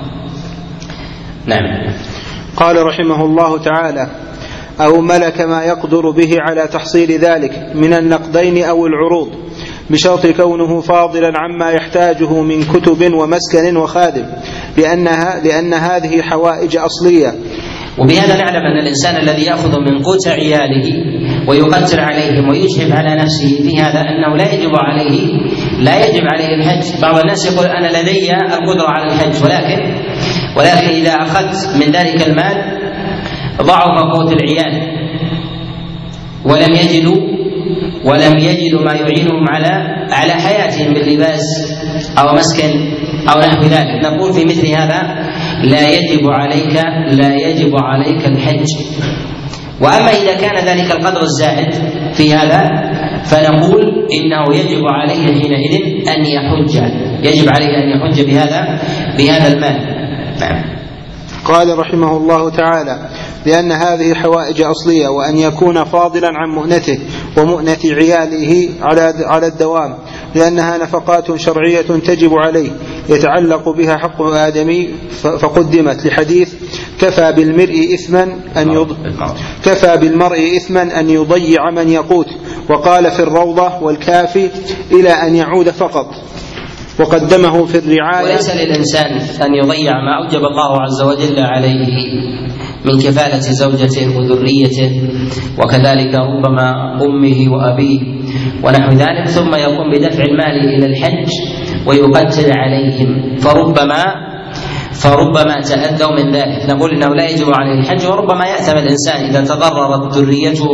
نعم. قال رحمه الله تعالى: أو ملك ما يقدر به على تحصيل ذلك من النقدين أو العروض، بشرط كونه فاضلا عما يحتاجه من كتب ومسكن وخادم، لأنها لأن هذه حوائج أصلية. وبهذا نعلم أن الإنسان الذي يأخذ من قوت عياله ويقتر عليهم ويجهب على نفسه في هذا أنه لا يجب عليه لا يجب عليه الحج. بعض الناس يقول: أنا لدي القدرة على الحج، ولكن ولكن إذا أخذت من ذلك المال ضعف قوت العيال ولم يجدوا ولم يجدوا ما يعينهم على على حياتهم باللباس أو مسكن أو نحو ذلك، نقول في مثل هذا لا يجب عليك لا يجب عليك الحج. وأما إذا كان ذلك القدر الزائد في هذا فنقول إنه يجب عليه حينئذ أن يحج، يجب عليه أن يحج بهذا بهذا المال. نعم. قال رحمه الله تعالى: لأن هذه حوائج أصلية، وأن يكون فاضلا عن مؤنته ومؤنة عياله على على الدوام، لأنها نفقات شرعية تجب عليه يتعلق بها حق آدمي، فقدمت لحديث: كفى بالمرء إثما أن يض... كفى بالمرء إثما أن يضيع من يقوت. وقال في الروضة والكافي: إلى أن يعود فقط. وقدمه في الرعاية. وليس للإنسان أن يضيع ما أوجب الله عز وجل عليه من كفالة زوجته وذريته، وكذلك ربما أمه وأبيه ونحو ذلك، ثم يقوم بدفع المال إلى الحج ويقتل عليهم، فربما فربما تأذوا من ذلك. نقول إنه لا يجب عليه الحج، وربما يأثم الإنسان إذا تضررت ذريته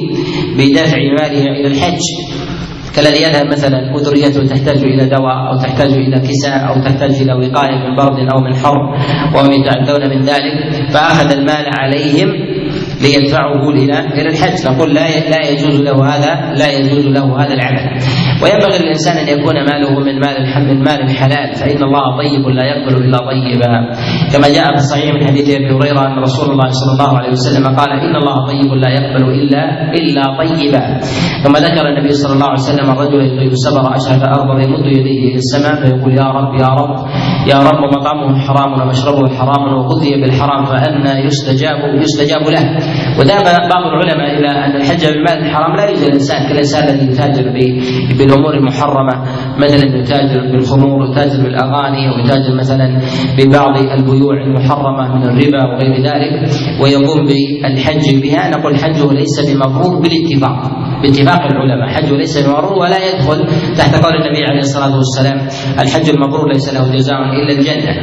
بدفع ماله إلى الحج، كالذي يذهب مثلا وذريته تحتاج إلى دواء أو تحتاج إلى كساء أو تحتاج إلى وقاية من برد أو من حر وهم يتعذون من ذلك، فأخذ المال عليهم ليدفعه إلى إلى الحج. نقول لا لا يجوز له هذا لا يجوز له هذا العمل. وينبغي للإنسان أن يكون ماله من مال من مال حلال، فإن الله طيب لا يقبل إلا طيبا، كما جاء في الصحيح من حديث أبي هريرة أن رسول الله صلى الله عليه وسلم قال: إن الله طيب لا يقبل إلا إلا طيبا. ثم ذكر النبي صلى الله عليه وسلم الرجل يطيب سبر أشعث أرضا يمد يديه إلى السماء فيقول: يا رب يا رب يا رب مطعمه حرام ومشربه حرام وغذي بالحرام فأنى يستجاب يستجاب له. وذهب بعض العلماء إلى أن الحج بالمال الحرام لا يجوز للإنسان، كالإنسان الذي يتاجر بالأمور المحرمة، مثلا يتاجر بالخمور ويتاجر بالأغاني ويتاجر مثلا ببعض البيوع المحرمة من الربا وغير ذلك ويقوم بالحج بها. نقول حجه ليس بمبرور بالاتفاق باتفاق العلماء، حجه ليس بمبرور ولا يدخل تحت قول النبي عليه الصلاة والسلام: الحج المبرور ليس له جزاء إلا الجنة.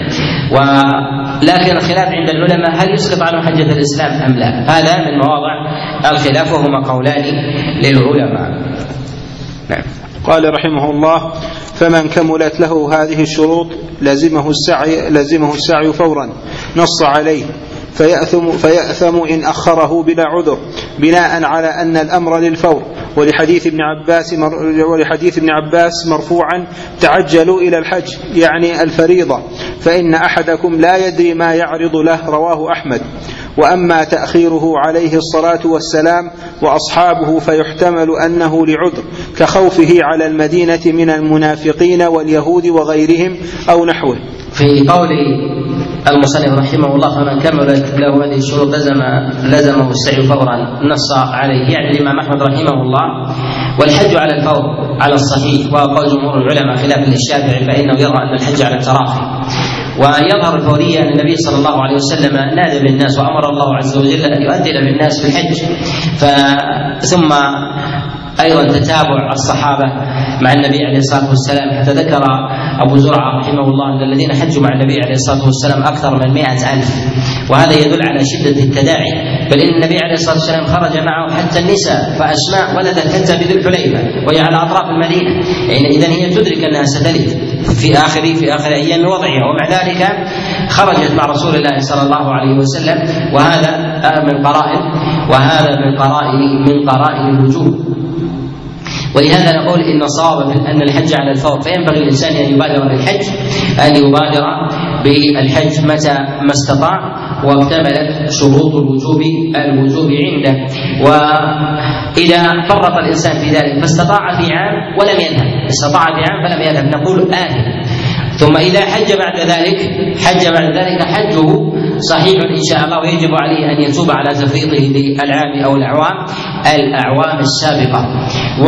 ولكن الخلاف عند العلماء هل يسقط عنه حجة الإسلام أم لا، هذا من مواضع الخلاف، وهما قولان للعلماء. نعم. قال رحمه الله: فمن كملت له هذه الشروط لزمه السعي لزمه السعي فورا، نص عليه، فيأثم, فيأثم إن أخره بلا عذر، بناء على أن الأمر للفور، ولحديث ابن عباس ولحديث ابن عباس مرفوعا تعجلوا إلى الحج يعني الفريضة فإن أحدكم لا يدري ما يعرض له، رواه أحمد. وأما تأخيره عليه الصلاة والسلام وأصحابه فيحتمل أنه لعذر كخوفه على المدينة من المنافقين واليهود وغيرهم أو نحوه. في قول المصنف رحمه الله فمن كملت له هذه الشروط لزم لزمه السعي فورا نص عليه يعني الإمام أحمد رحمه الله. والحج على الفور على الصحيح وقول جمهور العلماء خلافا للشافعي فإنه يرى أن الحج على التراخي. ويظهر الفورية أن النبي صلى الله عليه وسلم نادى بالناس وأمر الله عز وجل أن يؤذن بالناس في الحج، ثم أيضا تتابع الصحابة مع النبي عليه الصلاة والسلام، حتى ذكر أبو زرعة رحمه الله أن الذين حجوا مع النبي عليه الصلاة والسلام أكثر من مئة ألف، وهذا يدل على شدة التداعي. بل إن النبي عليه الصلاة والسلام خرج معه حتى النساء، فأسماء ولدت حتى بذي الحليفة وهي على أطراف المدينة، يعني إذن هي تدرك أنها ستلد في آخر في آخر أيام وضعها، ومع ذلك خرجت مع رسول الله صلى الله عليه وسلم، وهذا من قرائن وهذا من قرائن من قرائن الوجوب. ولهذا نقول إن الصواب أن الحج على الفور، فينبغي الإنسان أن يبادر بالحج أن يبادر بالحج متى ما استطاع واكتملت شروط الوجوب الوجوب عنده. وإذا فرط الإنسان في ذلك فاستطاع في عام ولم يذهب استطاع في عام فلم يذهب نقول آثم. ثم إذا حج بعد ذلك حج بعد ذلك حجه صحيح إن شاء الله، ويجب عليه أن يتوب على تفريطه للعام أو الأعوام الأعوام السابقة. و...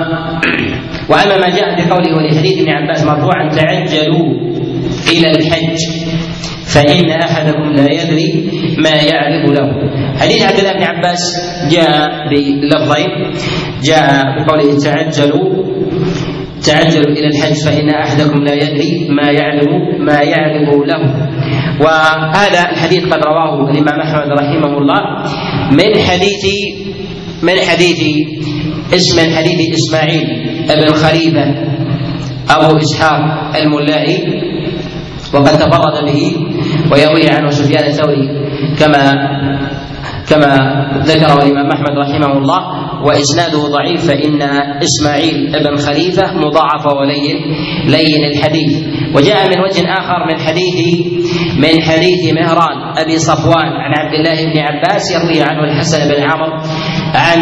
وأما ما جاء بقوله ولحديث ابن عباس مرفوعا تعجلوا إلى الحج فإن أحدكم لا يدري ما يعرض له. حديث عبد الله بن عباس جاء بلفظين، جاء بقوله تعجلوا تعجلوا إلى الحج فإن أحدكم لا يدري ما يعلم ما يعلم له. وهذا الحديث قد رواه الإمام أحمد رحمه الله من حديث من حديث اسم حديث إسماعيل بن خليفة أبو إسحاق الملائي، وقد تفرد به ويروي عنه سفيان الثوري كما كما ذكره الإمام أحمد رحمه الله، وإسناده ضعيف فإن إسماعيل بن خليفة مضاعف ولين لين الحديث. وجاء من وجه آخر من حديث من حديث مهران أبي صفوان عن عبد الله بن عباس يروي عنه الحسن بن عمرو عن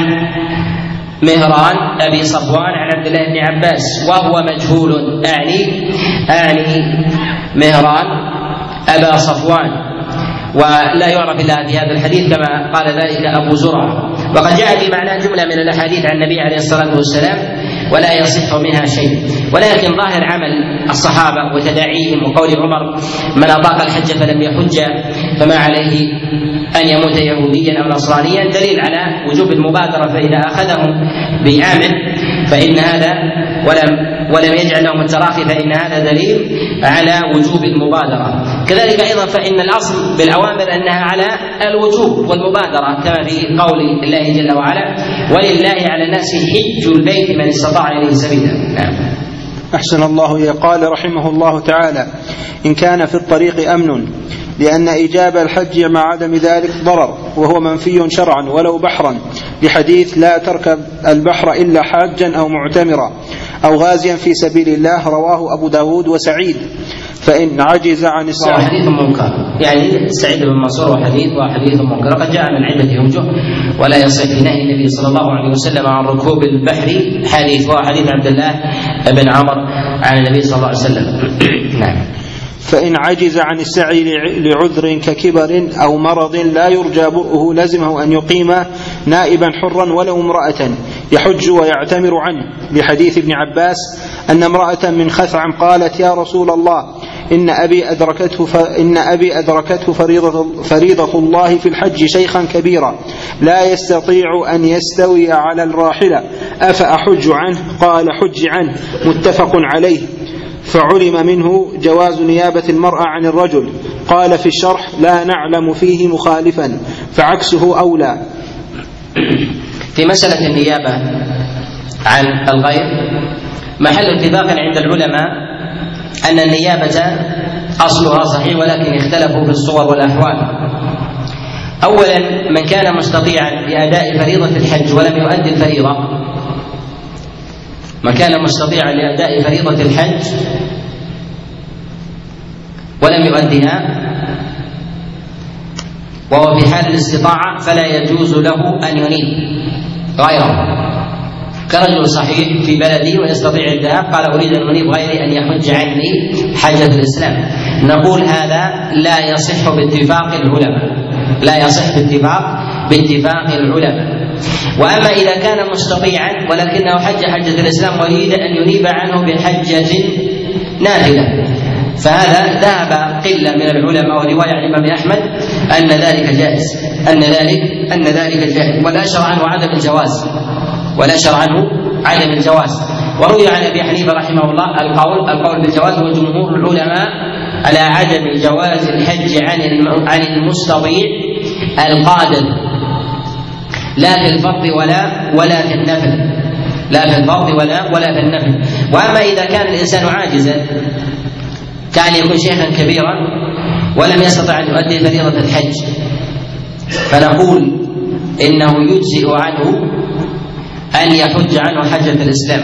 مهران أبي صفوان عن عبد الله بن عباس وهو مجهول، أعني أعني مهران أبا صفوان، ولا يعرف إلا في هذا الحديث كما قال ذلك أبو زرعة. وقد جاء في معنى جملة من الأحاديث عن النبي عليه الصلاة والسلام ولا يصح منها شيء، ولكن ظاهر عمل الصحابة وتداعيهم وقول عمر من أطاق الحج فلم يحج فما عليه أن يموت يهوديا أو نصرانيا دليل على وجوب المبادرة، فإذا أخذهم بعام فإن هذا ولم ولم يجعل لهم التراخي فإن هذا دليل على وجوب المبادرة. كذلك أيضا فإن الأصل بالأوامر أنها على الوجوب والمبادرة كما في قول الله جل وعلا ولله على الناس حج البيت من استطاع إليه سبيلا. نعم. أحسن الله. قال رحمه الله تعالى إن كان في الطريق أمن، لأن إيجاب الحج مع عدم ذلك ضرر وهو منفي شرعا ولو بحرا، لحديث لا تركب البحر إلا حاجا أو معتمرا أو غازيا في سبيل الله، رواه أبو داود وسعيد. فإن عجز عن السعي حديث منكر، يعني سعيد بن منصور وحديث وحديث منكر قد جاء من عدة وجوه، ولا يصح في نهي النبي صلى الله عليه وسلم عن ركوب البحر حديث وحديث عبد الله بن عمر عن النبي صلى الله عليه وسلم. نعم. فإن عجز عن السعي لعذر ككبر أو مرض لا يرجى برؤه لزمه أن يقيم نائبا حرا ولو امرأة يحج ويعتمر عنه، لحديث ابن عباس أن امرأة من خثعم قالت يا رسول الله إن أبي أدركته, فإن أبي أدركته فريضة, فريضة الله في الحج شيخا كبيرا لا يستطيع أن يستوي على الراحلة أفأحج عنه؟ قال حج عنه، متفق عليه. فعلم منه جواز نيابة المرأة عن الرجل. قال في الشرح لا نعلم فيه مخالفا فعكسه أولى. في مسألة النيابة عن الغير محل اتفاق عند العلماء أن النيابة أصلها صحيح، ولكن اختلفوا في الصور والأحوال. أولا من كان مستطيعا لأداء فريضة الحج ولم يؤدي الفريضة من كان مستطيعا لأداء فريضة الحج ولم يؤدها وهو في حال الاستطاعة فلا يجوز له أن ينيب غيره، كرجل صحيح في بلدي ويستطيع الذهاب قال أريد أن أنيب غيري أن يحج عني حجة الإسلام، نقول هذا لا يصح باتفاق العلماء، لا يصح باتفاق باتفاق العلماء. وأما إذا كان مستطيعا ولكنه حج حجة الإسلام ويريد أن ينيب عنه بحجة نافلة فهذا ذهب قلة من العلماء ورواية عن الإمام أحمد أن ذلك جائز، أن ذلك أن ذلك جائز ولا شرع عنه عدم الجواز، ولا شرع عنه عدم الجواز. وروي عن أبي حنيفة رحمه الله القول القول بالجواز، وجمهور العلماء على عدم جواز الحج عن عن المستطيع القادر، لا في الفرض ولا ولا في النفل، لا في الفرض ولا ولا في النفل. وأما إذا كان الإنسان عاجزا كان يكون شيخا كبيرا ولم يستطع أن يؤدي فريضة الحج فنقول إنه يجزئ عنه أن يحج عنه حجة الإسلام،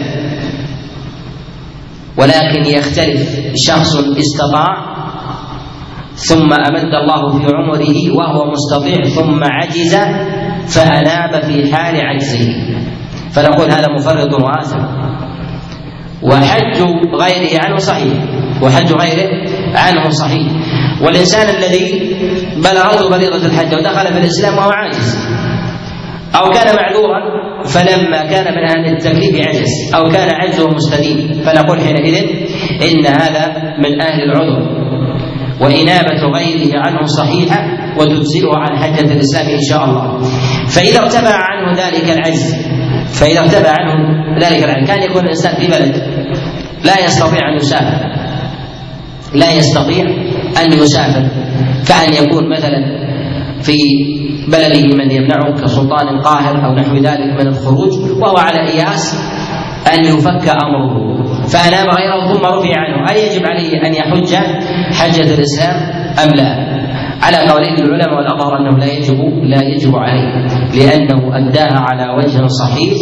ولكن يختلف شخص استطاع ثم أمد الله في عمره وهو مستطيع ثم عجز فأناب في حال عجزه فنقول هذا مفرط وآثم، وحج غيره عنه صحيح، وحج غيره عنه صحيح. والإنسان الذي بلغته فريضة الحج ودخل في الإسلام وهو عاجز أو كان معذورا فلما كان من أهل التكليف عجز أو كان عجزه مستديم فنقول حينئذ إن هذا من أهل العذر، وإنابة غيره عنه صحيحة وتجزئه عن حجة الإسلام إن شاء الله. فإذا ارتفع عنه ذلك العجز فإذا ارتفع عنه ذلك العجز كان يكون الإنسان في بلد لا يستطيع أن يسافر لا يستطيع أن يسافر كأن يكون مثلا في بلده من يمنعه كسلطان قاهر أو نحو ذلك من الخروج وهو على إياس أن يفك أمره فأناب غيره ثم رفع عنه، هل يجب عليه أن يحج حجة الإسلام أم لا؟ على قولين العلماء والأظهر أنه لا يجب لا يجب عليه لأنه أداها على وجه صحيح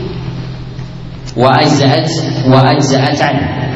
وأجزأت وأجزأت عنه.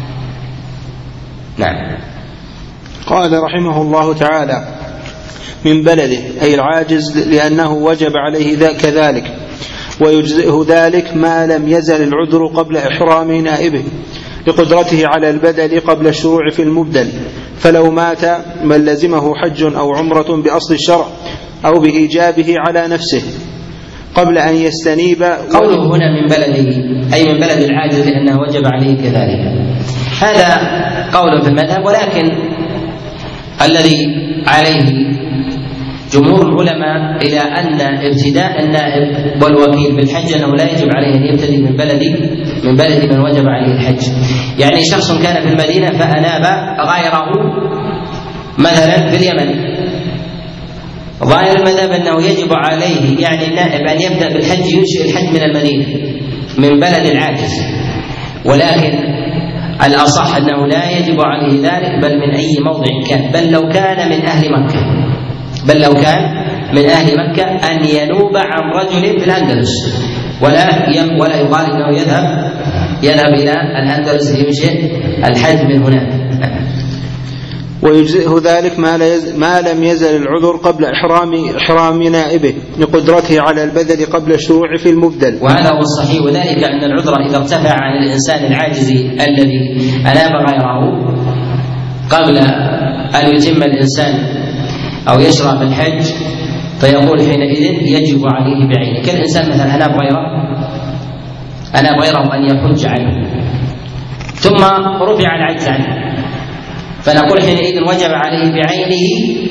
نعم. قال رحمه الله تعالى: من بلده أي العاجز لأنه وجب عليه كذلك، ويجزئه ذلك ما لم يزل العذر قبل إحرام نائبه لقدرته على البدل قبل الشروع في المبدل، فلو مات من لزمه حج أو عمرة بأصل الشرع أو بإيجابه على نفسه قبل أن يستنيب. قوله هنا من بلده أي من بلد العاجز لأنه وجب عليه كذلك، هذا قول في المذهب، ولكن الذي عليه جمهور العلماء إلى أن ابتداء النائب والوكيل بالحج أنه لا يجب عليه أن يبتدي من بلد من بلد من وجب عليه الحج. يعني شخص كان في المدينة فأناب غيره مثلا في اليمن، ظاهر المذهب أنه يجب عليه يعني النائب أن يبدأ بالحج ينشئ الحج من المدينة من بلد العاجز، ولكن الأصح أنه لا يجب عليه ذلك بل من أي موضع كان، بل لو كان من أهل مكة بل لو كان من أهل مكة أن ينوب عن رجل في الأندلس ولا ولا يقال إنه يذهب يذهب إلى الأندلس لينشئ الحج من هناك. ويجزئه ذلك ما لم يزل العذر قبل إحرام إحرام نائبه لقدرته على البذل قبل الشروع في المبدل، وهذا هو الصحيح، وذلك أن العذر إذا ارتفع عن الإنسان العاجز الذي أناب غيره قبل أن يتم الإنسان أو يشرع بالحج فيقول حينئذ يجب عليه بعينه، كالإنسان مثلا أناب غيره أناب غيره أن يحج عنه ثم رفع العجز عنه فنقول حينئذ وجب عليه بعينه،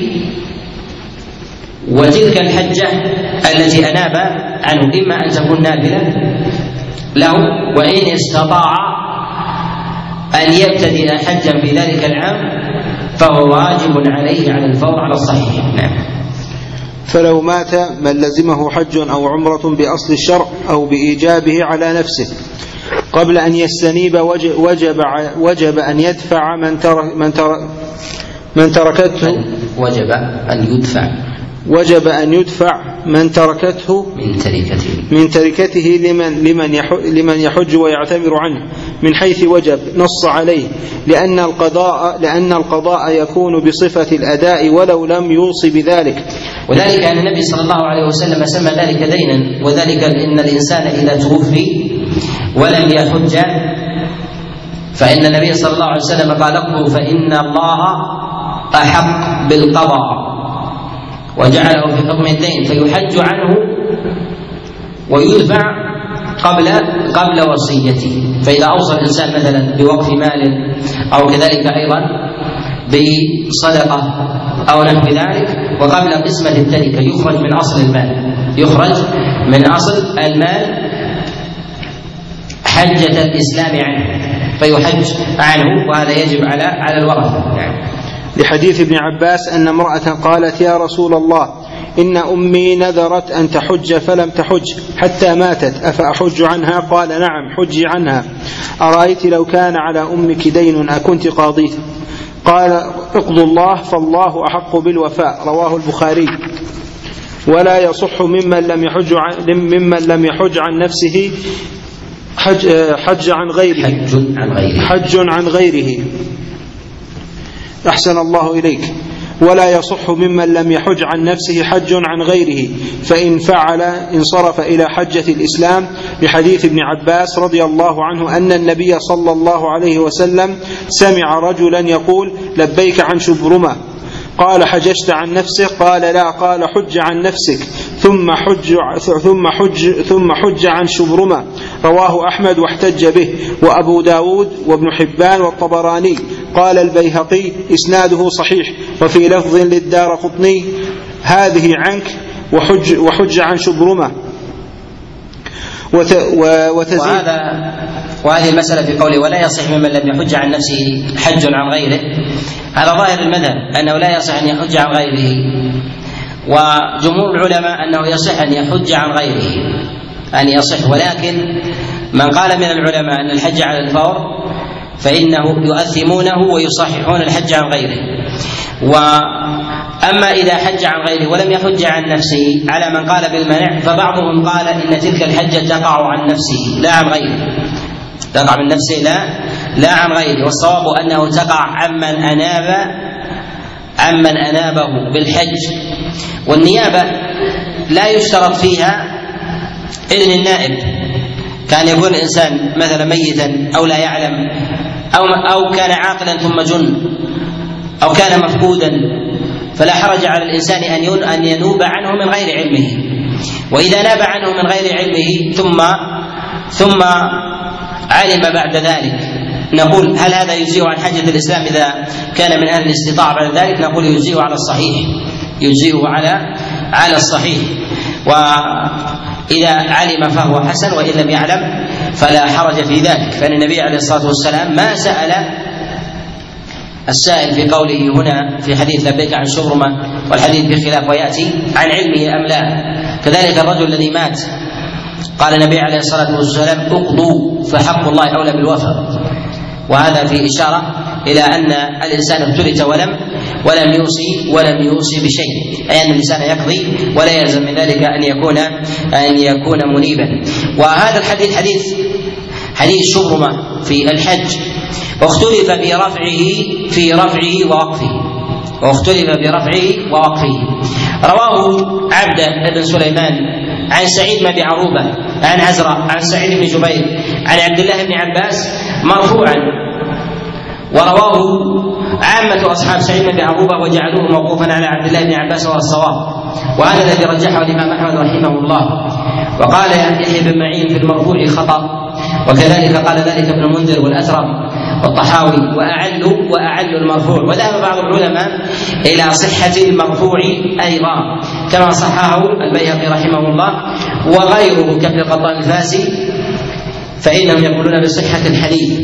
وتلك الحجة التي أناب عنه إما أن تكون نافلة له وإن استطاع أن يبتدئ حجا في ذلك العام فهو واجب عليه على الفور على الصحيح. نعم. فلو مات من لزمه حج أو عمرة بأصل الشرع أو بإيجابه على نفسه قبل أن يستنيب وجب وجب أن يدفع من ترك من ترك من تركته وجب أن يدفع وجب أن يدفع من تركته من تركته من تركته لمن لمن لمن يحج ويعتمر عنه من حيث وجب، نص عليه، لأن القضاء لأن القضاء يكون بصفة الأداء ولو لم يوصي بذلك. وذلك أن النبي صلى الله عليه وسلم سمى ذلك دينا، وذلك إن الإنسان إذا توفي ولم يحج فإن النبي صلى الله عليه وسلم قال اقضوا فإن الله أحق بالقضاء، وجعله في حكم الدين، فيحج عنه ويدفع قبل قبل وصيته. فإذا أوصى الإنسان مثلا بوقف مال أو كذلك أيضا بصدقة أو نحو ذلك وقبل قسمة التركة يخرج من أصل المال يخرج من أصل المال حجة الإسلام عنه فيحج عنه، وهذا يجب على على الورثة. لحديث ابن عباس أن امرأة قالت يا رسول الله إن أمي نذرت أن تحج فلم تحج حتى ماتت أفأحج عنها؟ قال نعم حجي عنها. أرأيت لو كان على أمك دين أكنت قاضيت؟ قال اقضوا الله فالله أحق بالوفاء، رواه البخاري. ولا يصح ممن لم يحج عن ممن لم يحج عن نفسه حج, حج عن غيره حج عن غيره حج عن غيره أحسن الله إليك. ولا يصح ممن لم يحج عن نفسه حج عن غيره، فإن فعل انصرف إلى حجة الإسلام، لحديث ابن عباس رضي الله عنه أن النبي صلى الله عليه وسلم سمع رجلا يقول لبيك عن شبرمة، قال حججت عن نفسك؟ قال لا، قال حج عن نفسك ثم حج ثم حج ثم حج عن شبرمة، رواه أحمد واحتج به وأبو داود وابن حبان والطبراني. قال البيهقي إسناده صحيح. وفي لفظ للدارقطني هذه عنك وحج, وحج عن شبرمة. وتزيد وهذا وهذه المسألة في قوله ولا يصح ممن لم يحج عن نفسه حج عن غيره، هذا ظاهر المذهب أنه لا يصح أن يحج عن غيره، وجمهور العلماء أنه يصح أن يحج عن غيره أن يصح. ولكن من قال من العلماء أن الحج على الفور فإنه يؤثمونه ويصححون الحج عن غيره. وأما إذا حج عن غيره ولم يحج عن نفسه على من قال بالمنع، فبعضهم قال إن تلك الحجة تقع عن نفسه لا عن غيره، تقع من نفسه لا لا عن غيره. والصواب أنه تقع عمن أناب عمن أنابه بالحج. والنيابة لا يشترط فيها إذن النائب، كان يكون الإنسان مثلا ميتا أو لا يعلم أو أو كان عاقلا ثم جن أو كان مفقودا، فلا حرج على الإنسان أن أن ينوب عنه من غير علمه. وإذا ناب عنه من غير علمه ثم ثم علم بعد ذلك، نقول هل هذا يجزئه عن حجة الإسلام إذا كان من أهل الاستطاعة بعد ذلك؟ نقول يجزئه على الصحيح، يجزئه على على الصحيح. وإذا علم فهو حسن، وإن لم يعلم فلا حرج في ذلك. فإن النبي عليه الصلاة والسلام ما سأل السائل في قوله هنا في حديث لبيك عن شبرمة والحديث بخلاف ويأتي عن علمه أم لا. كذلك الرجل الذي مات قال النبي عليه الصلاة والسلام اقضوا فحق الله أولى بالوفاء، وهذا في إشارة إلى أن الإنسان افترت ولم ولم يوصي ولم يوصي بشيء، أي أن الإنسان يقضي ولا يلزم من ذلك أن يكون أن يكون منيبا. وهذا الحديث حديث حديث شبرمة في الحج، واختلف في رفعه في رفعه ووقفه واختلف في رفعه ووقفه. رواه عبده بن سليمان عن سعيد بن عروبة عن عزرة عن سعيد بن جبير عن عبد الله بن عباس مرفوعا، ورواه عامة أصحاب سعيد بن عروبة وجعلوه موقوفا على عبد الله بن عباس وهو الصواب، وهذا الذي رجحه الإمام أحمد رحمه الله. وقال يحيى بن معين في المرفوع خطأ، وكذلك قال ذلك ابن المنذر والأثرم والطحاوي، وأعلوا وأعلوا المرفوع. وذهب بعض العلماء إلى صحة المرفوع أيضا كما صححه البيهقي رحمه الله وغيره كابن القطان الفاسي، فإنهم يقولون بصحة الحديث.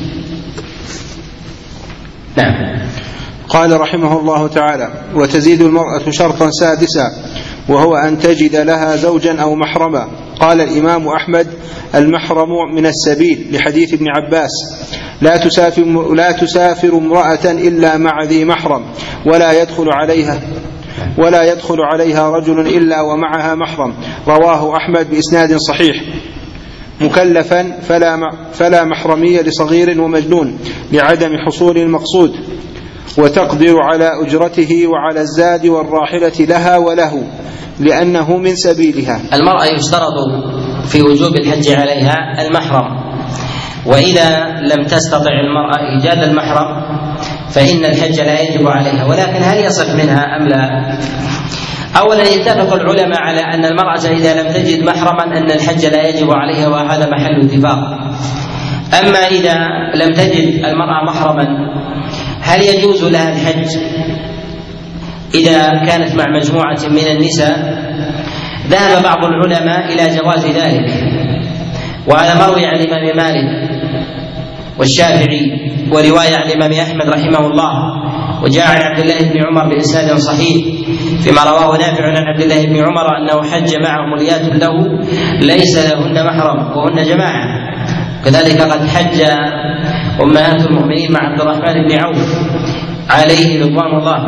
نعم. قال رحمه الله تعالى: وتزيد المرأة شرطا سادسا وهو أن تجد لها زوجا أو محرما. قال الإمام أحمد: المحرم من السبيل، لحديث ابن عباس: لا تسافر, لا تسافر امرأة إلا مع ذي محرم ولا يدخل عليها ولا يدخل عليها رجل إلا ومعها محرم. رواه أحمد بإسناد صحيح. مكلفا فلا فلا محرمية لصغير ومجنون لعدم حصول المقصود، وتقدر على أجرته وعلى الزاد والراحلة لها وله لأنه من سبيلها. المرأة يشترط في وجوب الحج عليها المحرم، وإذا لم تستطع المرأة إيجاد المحرم فإن الحج لا يجب عليها، ولكن هل يصح منها أم لا؟ أولا يتفق العلماء على أن المرأة إذا لم تجد محرما أن الحج لا يجب عليها، وهذا محل اتفاق. أما إذا لم تجد المرأة محرما هل يجوز لها الحج إذا كانت مع مجموعة من النساء؟ ذهب بعض العلماء إلى جواز ذلك، وهذا مروي عن الإمام مالك والشافعي ورواية عن الإمام أحمد رحمه الله، وجاء عن عبد الله بن عمر بإسناد صحيح فيما رواه نافع عن عبد الله بن عمر أنه حج معه مليات له ليس لهن محرم وهن جماعة. كذلك قد حج أمهات المؤمنين مع عبد الرحمن بن عوف عليه رضوان الله.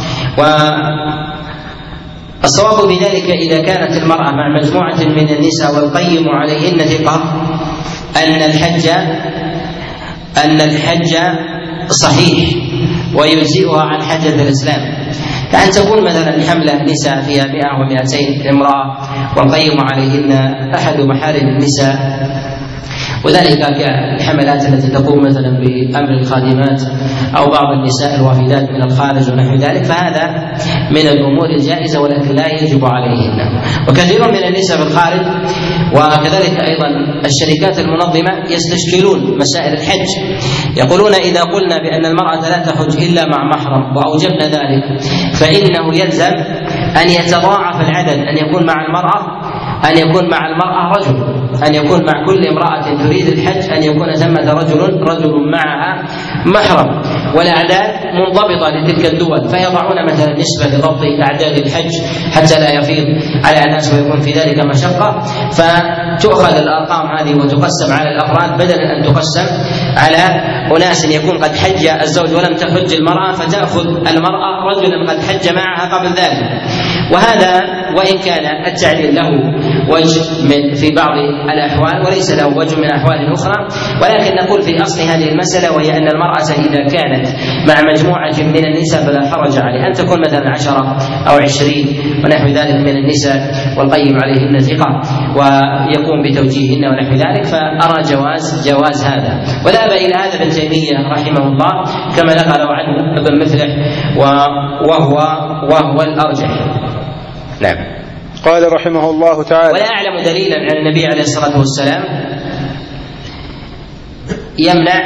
والصواب بذلك إذا كانت المرأة مع مجموعة من النساء والقيم عليهن ثقة أن الحج أن الحج صحيح ويجزئها عن حجة الإسلام، كأن تكون مثلا حملة نساء فيها مئة ومئتين امرأة والقيم عليهن أحد محارم النساء، وذلك كالحملات التي تقوم مثلا بأمر الخادمات أو بعض النساء الوافدات من الخارج ونحو ذلك، فهذا من الأمور الجائزة ولكن لا يجب عليهن. وكثير من النساء في الخارج وكذلك أيضا الشركات المنظمة يستشكلون مسائل الحج، يقولون إذا قلنا بأن المرأة لا تحج إلا مع محرم وأوجبنا ذلك فإنه يلزم أن يتضاعف العدد، أن يكون مع المرأة أن يكون مع المرأة رجل، أن يكون مع كل امرأة تريد الحج أن يكون ثمة رجل رجل معها محرم، والأعداد منضبطة لتلك الدول، فيضعون مثلا نسبة لضبط أعداد الحج حتى لا يفيض على الناس ويكون في ذلك مشقة، فتؤخذ الأرقام هذه وتقسم على الأفراد بدلا أن تقسم على أناس يكون قد حج الزوج ولم تحج المرأة، فتأخذ المرأة رجلا قد حج معها قبل ذلك. وهذا وإن كان التعليل له وجه من في بعض الأحوال وليس له وجه من أحوال أخرى، ولكن نقول في أصل هذه المسألة وهي أن المرأة إذا كانت مع مجموعة من النساء فلا حرج عليه، أن تكون مثلا عشرة أو عشرين ونحو ذلك من النساء والقيم عليهن ثقة ويقوم بتوجيههن ونحو ذلك، فأرى جواز جواز هذا. وذهب إلى هذا ابن تيمية رحمه الله كما نقل عنه ابن مفلح وهو وهو الأرجح. نعم. قال رحمه الله تعالى: ولا أعلم دليلا عن النبي عليه الصلاة والسلام يمنع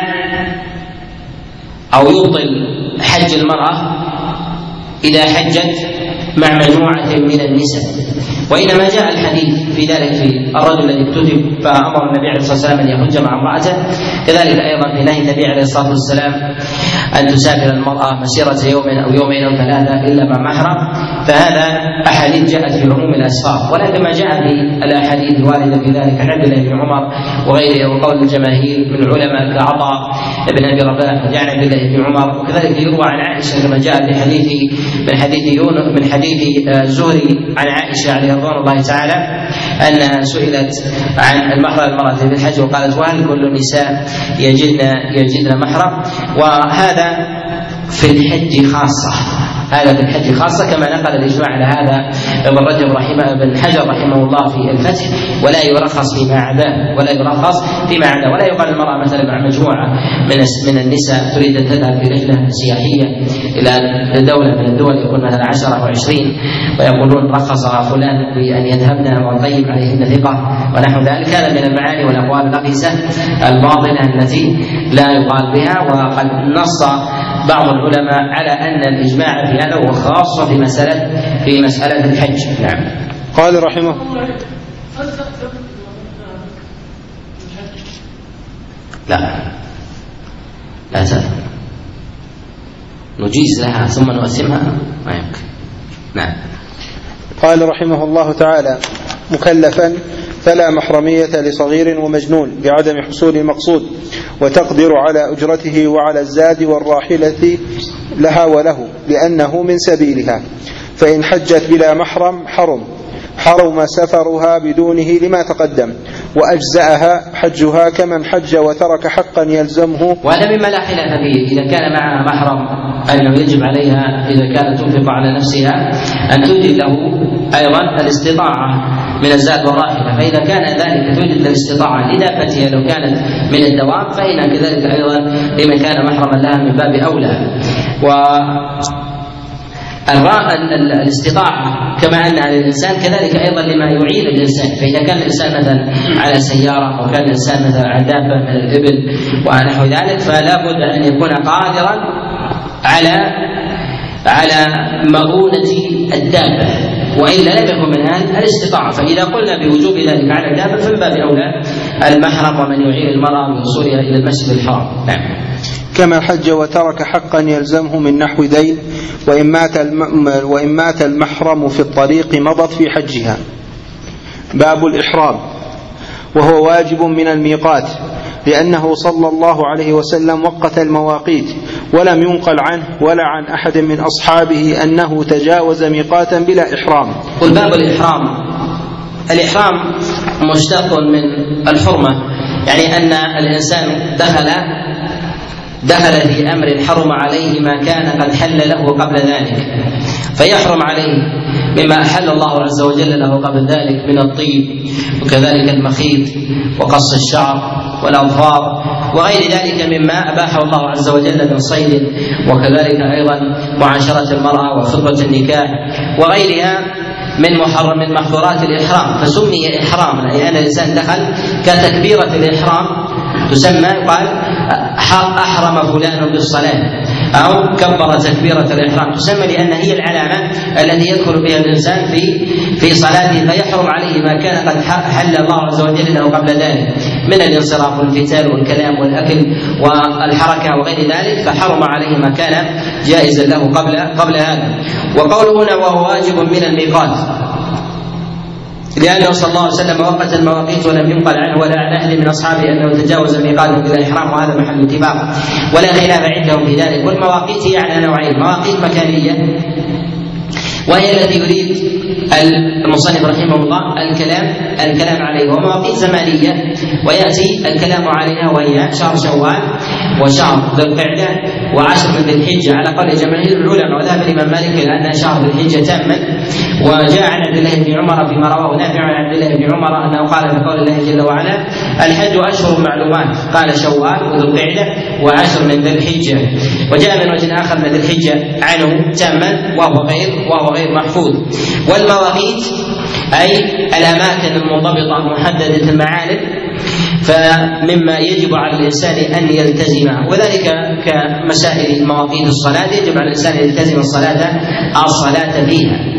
أو يبطل حج المرأة إذا حجت مع مجموعة من النساء، وإنما جاء الحديث في ذلك في الرجل الذي اكتتب فأمر النبي عليه الصلاة والسلام أن يحج مع امرأته، كذلك أيضا في نهي النبي عليه الصلاة والسلام أن تسافر المرأة مسيرة يوم أو يومين أو ثلاثة إلا مع محرم، فهذا أحاديث جاءت في عموم الأسفار. ولكن ما جاء في الأحاديث الواردة في ذلك عن عبد الله بن عمر وغيره وقول الجماهير من العلماء كعطاء بن أبي رباح وجاء عن عبد الله بن عمر، وكذلك يروى عن عائشة كما جاء في حديث من حديث يونس من حديث الزهري عن عائشة عليه رضوان الله تعالى أنها سئلت عن المحرم المرأة في الحج وقالت: وهل كل النساء يجدن يجدن محرم؟ وهذا في الحج خاصة، هذا في الحج خاصة كما نقل الإجماع على هذا ابن رجب رحمه ابن حجر رحمه الله في الفتح، ولا يرخص فيما عداه ولا يرخص فيما عداه ولا يقال المرأة مثلا مع مجموعة من من النساء تريد أن تذهب في رحلة سياحية إلى دولة من الدول يكون مثلا عشرة أو عشرين ويقولون رخص فلان بأن يذهبن والطيب عليهن ثقة ونحو ذلك، هذا من المعاني والأقوال النقيصة الباطلة التي لا يقال بها. وقد نص بعض العلماء على أن الإجماع في هذا هو خاص في مسألة في مسألة الحج. نعم. قال رحمه لا لا زال نجيز لها ثم نؤثمها ما يمكن. نعم. قال رحمه الله تعالى: مكلفا فلا محرمية لصغير ومجنون بعدم حصول المقصود، وتقدر على أجرته وعلى الزاد والراحلة لها وله لأنه من سبيلها. فإن حجت بلا محرم حرم حرم سفرها بدونه لما تقدم، وأجزأها حجها كمن حج وترك حقا يلزمه. وهذا مما لا خلاف فيه، إذا كان معها محرم أنه يجب عليها إذا كانت تنفق على نفسها أن توجد له أيضا الاستطاعة من الزاد والراحلة، فإذا كان ذلك توجد الاستطاعة لدابتها لو كانت من الدواب فإن كذلك أيضا لمن كان محرما لها من باب أولى. و الاستطاعة كما أن على الإنسان كذلك أيضا لما يعين الإنسان، فإذا كان الإنسان مثلا على سيارة أو كان الإنسان مثلا على دابة من الإبل ونحو ذلك فلا بد أن يكون قادرا على على مؤونة الدابة، وإلا لم يكن من هذه الاستطاعة. فإذا قلنا بوجوب ذلك على الدابة فمن باب أولى المحرم ومن يعين المرأة من وصولها إلى المسجد الحرام. نعم. كما حج وترك حقا يلزمه من نحو ذيل، وإن مات وإن مات المحرم في الطريق مضت في حجها. باب الإحرام، وهو واجب من الميقات، لأنه صلى الله عليه وسلم وقت المواقيت، ولم ينقل عنه ولا عن أحد من أصحابه أنه تجاوز ميقاتا بلا إحرام. قل باب الإحرام. الإحرام مشتق من الحرمة، يعني أن الإنسان دخل دخل في أمر حرم عليه ما كان قد حل له قبل ذلك، فيحرم عليه مما أحل الله عز وجل له قبل ذلك من الطيب وكذلك المخيط وقص الشعر والأظفار وغير ذلك مما أباحه الله عز وجل من صيد، وكذلك أيضا معاشرة المرأة وخطبة النكاح وغيرها من محرم من محظورات الإحرام، فسمي إحرام لأن الإنسان دخل كتكبيرة الإحرام تسمى قال أحرم فلان بالصلاة أو كبر تكبيرة الإحرام، تسمى لأن هي العلامة التي يدخل بها الإنسان في في صلاته، فيحرم عليه ما كان قد حل الله عز وجل له قبل ذلك من الانصراف والانفتال والكلام والأكل والحركة وغير ذلك، فحرم عليه ما كان جائزا له قبل قبل هذا. وقوله هنا وهو واجب من الميقات، لأنه صلى الله عليه وسلم وقت المواقيت ولم ينقل عنه ولا عن أحد من أصحابه أنه تجاوز ميقاته بلا إحرام، وهذا محل اتفاق ولا خلاف عندهم في ذلك. والمواقيت هي على نوعين: مواقيت مكانية وهي التي يريد المصنف رحمه الله الكلام الكلام عليه، ومواقيت زمانية ويأتي الكلام عليها وهي شهر شوال وشهر ذو القعدة وعشر من ذي الحجة على قول جماهير العلماء، وذهب الإمام مالك إلى أن شهر ذي الحجة تاما. وجاء عن عبد الله بن عمر فيما رواه نافع عن عبد الله بن عمر أنه قال في قول الله جل وعلا: الحج أشهر معلومات، قال شوال وذو القعدة وعشر من ذي الحجة. وجاء من وجه آخر من ذي الحجة عنه تاما وهو غير وهو غير محفوظ. والمواقيت أي الأماكن المنضبطة المحددة المعالم، فمما يجب على الإنسان أن يلتزمها، وذلك كمسائل مواقيت الصلاة يجب على الإنسان أن يلتزم الصلاة الصلاة فيها.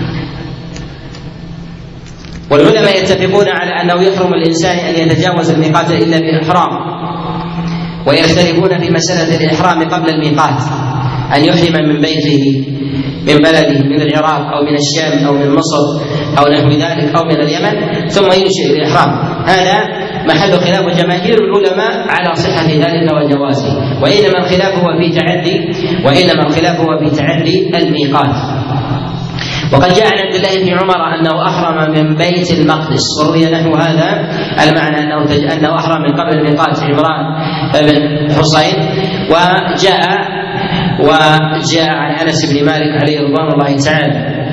والعلماء يتفقون على أنه يحرم الإنسان أن يتجاوز الميقات إلا بإحرام، ويختلفون في مسألة الإحرام قبل الميقات، أن يحرم من بيته من بلده من العراق أو من الشام أو من مصر أو نحو ذلك أو من اليمن ثم ينشئ الإحرام. هذا محل خلاف جماهير العلماء على صحة ذلك وجوازه، وإنما الخلاف هو في تعدي وإنما الخلاف هو في تعدي الميقات. وقد جاء عن عبد الله بن عمر أنه أحرم من بيت المقدس، وروي نحو هذا المعنى أنه تج... أنه أحرم من قبل ميقات عمران بن حصين. وجاء وجاء عن أنس بن مالك عليه رضوان الله تعالى.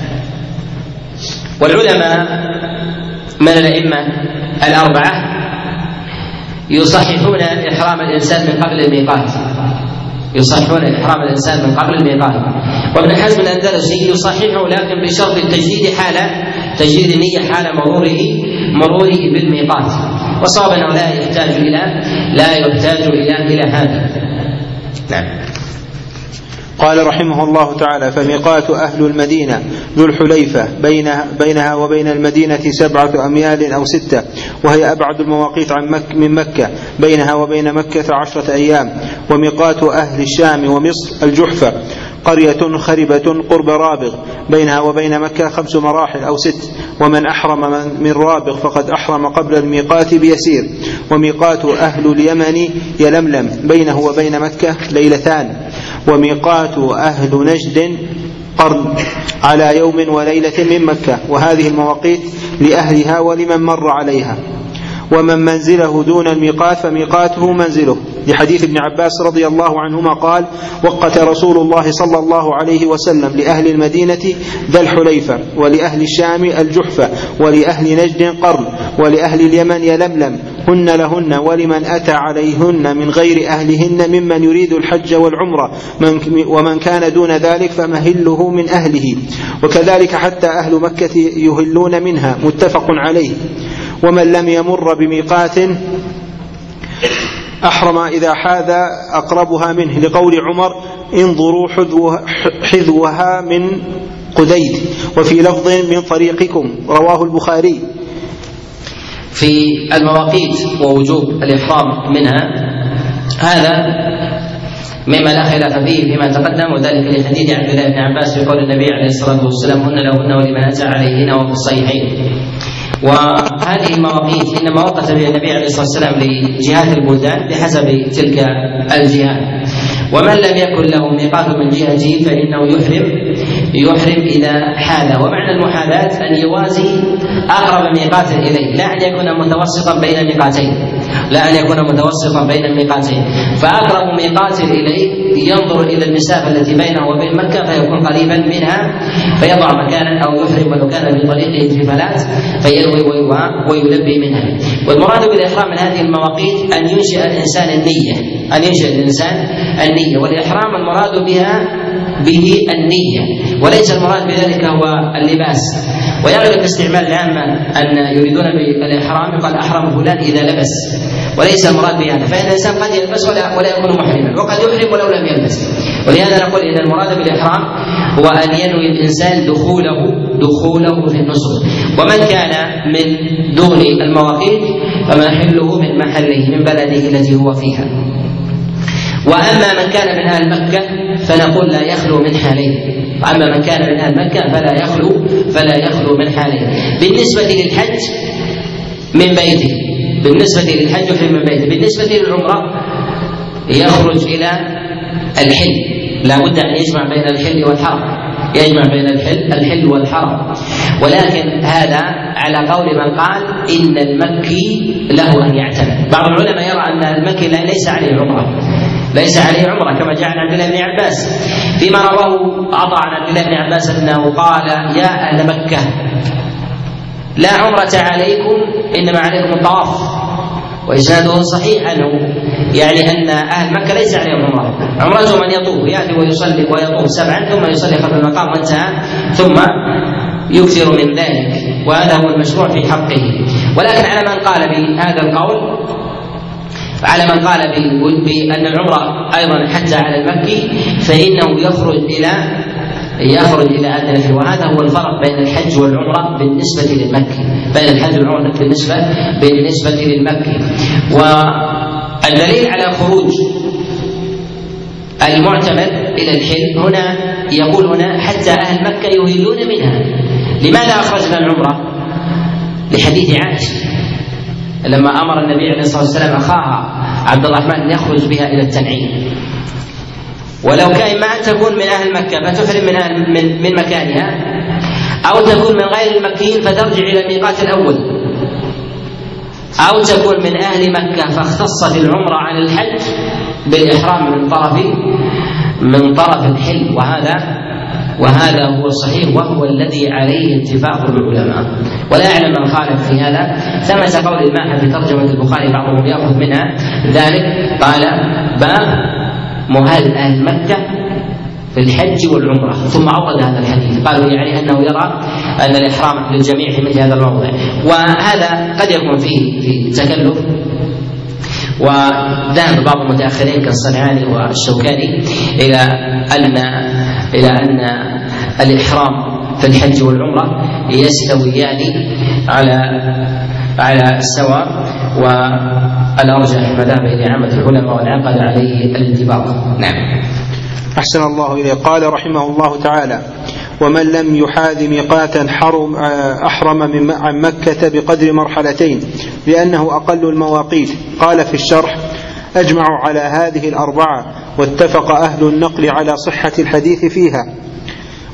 والعلماء من الأئمة الأربعة يصححون إحرام الإنسان من قبل الميقات، يصححون إحرام الإنسان من قبل الميقات. وابن حزم الأندلسي يصححه لكن بشرط التجديد حال تجديد النية حال مروره مروره بالميقات، وصواب أنه لا يحتاج إلى لا يحتاج إلى إلى هذا. نعم. قال رحمه الله تعالى: فميقات أهل المدينة ذو الحليفة بينها, بينها وبين المدينة سبعة أميال أو ستة، وهي أبعد المواقيت عن مك من مكة، بينها وبين مكة عشرة أيام. وميقات أهل الشام ومصر الجحفة قرية خربة قرب رابغ، بينها وبين مكة خمس مراحل أو ست، ومن أحرم من رابغ فقد أحرم قبل الميقات بيسير. وميقات أهل اليمن يلملم، بينه وبين مكة ليلتان. وميقات أهل نجد قرن على يوم وليلة من مكة، وهذه المواقيت لأهلها ولمن مر عليها. ومن منزله دون الميقات فميقاته منزله، لحديث ابن عباس رضي الله عنهما قال: وقت رسول الله صلى الله عليه وسلم لأهل المدينة ذا الحليفة، ولأهل الشام الجحفة، ولأهل نجد قرن، ولأهل اليمن يلملم، هن لهن ولمن أتى عليهن من غير أهلهن ممن يريد الحج والعمرة، ومن كان دون ذلك فمهله من أهله، وكذلك حتى أهل مكة يهلون منها، متفق عليه. ومن لم يمر بميقات أحرم إذا حاذ أقربها منه، لقول عمر: انظروا حذوها من قديد، وفي لفظ من طريقكم، رواه البخاري. في المواقيت ووجوب الإحرام منها هذا مما لا خلاف فيه فيما تقدم، وذلك لحديث عبد الله بن عباس في قول النبي عليه الصلاة والسلام: هن لهن ولمن أتى عليهن، وفي الصحيحين. وهذه المواقيت إنما وقت بها النبي عليه الصلاة والسلام لجهات البلدان بحسب تلك الجهات، ومن لم يكن له ميقات من جهته فإنه يحرم يحرم إذا حاذ. ومعنى المحاذاة أن يوازي أقرب ميقات إليه، لا أن يكون متوسطا بين الميقاتين، لا أن يكون متوسطا بين الميقاتين، فأقرب ميقات إليه ينظر إلى المسافة التي بينه وبين مكة فيكون قريبا منها، فيضع مكانا أو يحرم ولو كان في طريقه في فلات فينوي ويلبي منها. والمراد بالإحرام من هذه المواقيت أن ينشئ الإنسان النية، أن ينشئ الإنسان النية، والإحرام المراد بها به النية، وليس المراد بذلك هو اللباس. ويغلب استعمال العامة أن يريدون بالإحرام قال أحرم فلان إذا لبس، وليس المراد بهذا، فإن الإنسان قد يلبس ولا, ولا يكون محرما، وقد يحرم ولو لم يلبس. ولهذا نقول إن المراد بالإحرام هو أن ينوي الإنسان دخوله دخوله في النسك. ومن كان من دون المواقيت فمحله من محله من بلده التي هو فيها. وأما من كان من أهل مكة فنقول لا يخلو من حالين، أما من كان من أهل مكة فلا يخلو فلا يخلو من حالين. بالنسبة للحج من بيته، بالنسبة للحج يحرم من بيته. بالنسبة للعمرة يخرج إلى الحل، لا بد أن يجمع بين الحل والحرم، يجمع بين الحل الحل والحرم. ولكن هذا على قول من قال إن المكي له أن يعتمر. بعض العلماء يرى أن المكي ليس عليه عمرة، ليس عليه عمرة كما جاء عن عبد الله بن عباس فيما رواه عطاء عن عبد الله بن عباس أنه قال: يا أهل مكة لا عمرة عليكم إنما عليكم الطواف. وإسناده صحيح أنه يعني أن أهل مكة ليس عليهم عمرة، عمرته من يطوف يأتي ويصلي ويطوف سبعا ثم يصلي خلف المقام وانتهى، ثم يكثر من ذلك، وهذا هو المشروع في حقه. ولكن على من قال بهذا القول، على من قال بأن العمرة أيضا حتى على المكي فإنه يخرج إلى يخرج إلى أدنى، وهذا هو الفرق بين الحج والعمرة بالنسبة للمكي، بين الحج والعمرة بالنسبة بالنسبة للمكي. والدليل على خروج المعتمر إلى الحل هنا يقول هنا حتى أهل مكة يهلون منها. لماذا أخرجنا العمرة؟ لحديث عائشة لما أمر النبي عليه الصلاة والسلام أخاها عبد الرحمن أن يخرج بها إلى التنعيم، ولو كان ما أن تكون من أهل مكة فتحرم من, أهل من, من مكانها، أو تكون من غير المكيين فترجع إلى الميقات الأول، أو تكون من أهل مكة فاختصت العمرة عن الحج بالإحرام من طرف من طرف الحل. وهذا وهذا هو الصحيح وهو الذي عليه اتفاق العلماء، ولا أعلم من خالف في هذا. ثمة قول الماحة في ترجمة البخاري بعضهم يأخذ منها ذلك، قال: باب مهل أهل مكة في الحج والعمرة، ثم عقد هذا الحديث. قالوا يعني أنه يرى أن الإحرام للجميع في مثل هذا الموضع، وهذا قد يكون فيه في تكلف. وذهب بعض المتأخرين كالصنعاني والشوكاني إلى أن إلى أن الإحرام في الحج والعمرة يستويان على على السواء، والأرجح مذهب عامة العلماء والعقد عليه الاتفاق. نعم. أحسن الله إليه. قال رحمه الله تعالى: ومن لم يحاذ ميقاتا حرم أحرم عن مكة بقدر مرحلتين لأنه أقل المواقيت. قال في الشرح: أجمعوا على هذه الأربعة، واتفق أهل النقل على صحة الحديث فيها.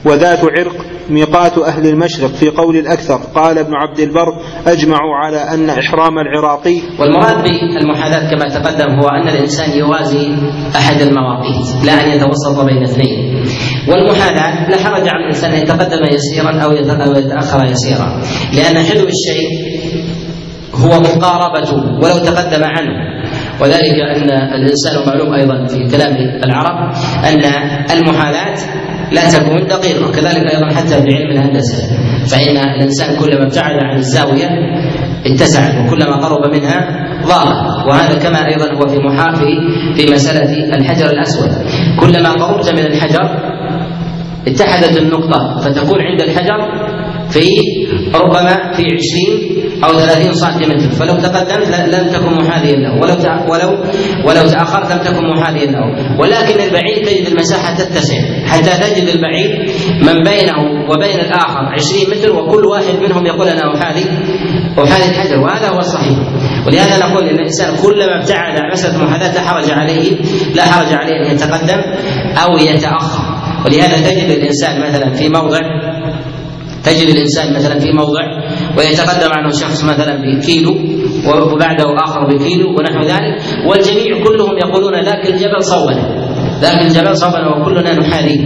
وذات عرق ميقات أهل المشرق في قول الأكثر. قال ابن عبد البر أجمعوا على أن إحرام العراقي. والمراد بالمحاذاة كما تقدم هو أن الإنسان يوازي أحد المواقيت لا أن يتوسط بين اثنين. والمحاذاة لا حرج على الإنسان أن يتقدم يسيرا أو يتأخر يسيرا، لأن حلو الشيء هو مقاربته ولو تقدم عنه. وذلك أن الإنسان معلوم أيضا في كلام العرب أن المحاذاة لا تكون دقيقة، كذلك أيضا حتى في علم الهندسة، فإن الإنسان كلما ابتعد عن الزاوية اتسعت وكلما قرب منها ضاقت. وهذا كما أيضا هو في محافي في مسألة الحجر الأسود، كلما قربت من الحجر اتحدت النقطة فتكون عند الحجر في ربما في عشرين أو ثلاثين سنتيمتر، فلو تقدمت لم تكن محاذيا له، ولو ولو ولو تأخرت لم تكن محاذيا له. ولكن البعيد تجد المساحة تتسع حتى تجد البعيد من بينه وبين الآخر عشرين متر، وكل واحد منهم يقول أنا أحاذي أحاذي الحجر، وهذا هو الصحيح. ولهذا نقول إن الإنسان كلما ابتعد عن مسألة المحاذاة لا حرج عليه لا حرج عليه أن يتقدم أو يتأخر. ولهذا تجد الإنسان مثلا في موضع تجد الإنسان مثلا في موضع ويتقدم عنه شخص مثلا بكيلو وبعده آخر بكيلو ونحو ذلك، والجميع كلهم يقولون ذاك الجبل صوبنا ذاك الجبل صوبنا وكلنا نحاذيه.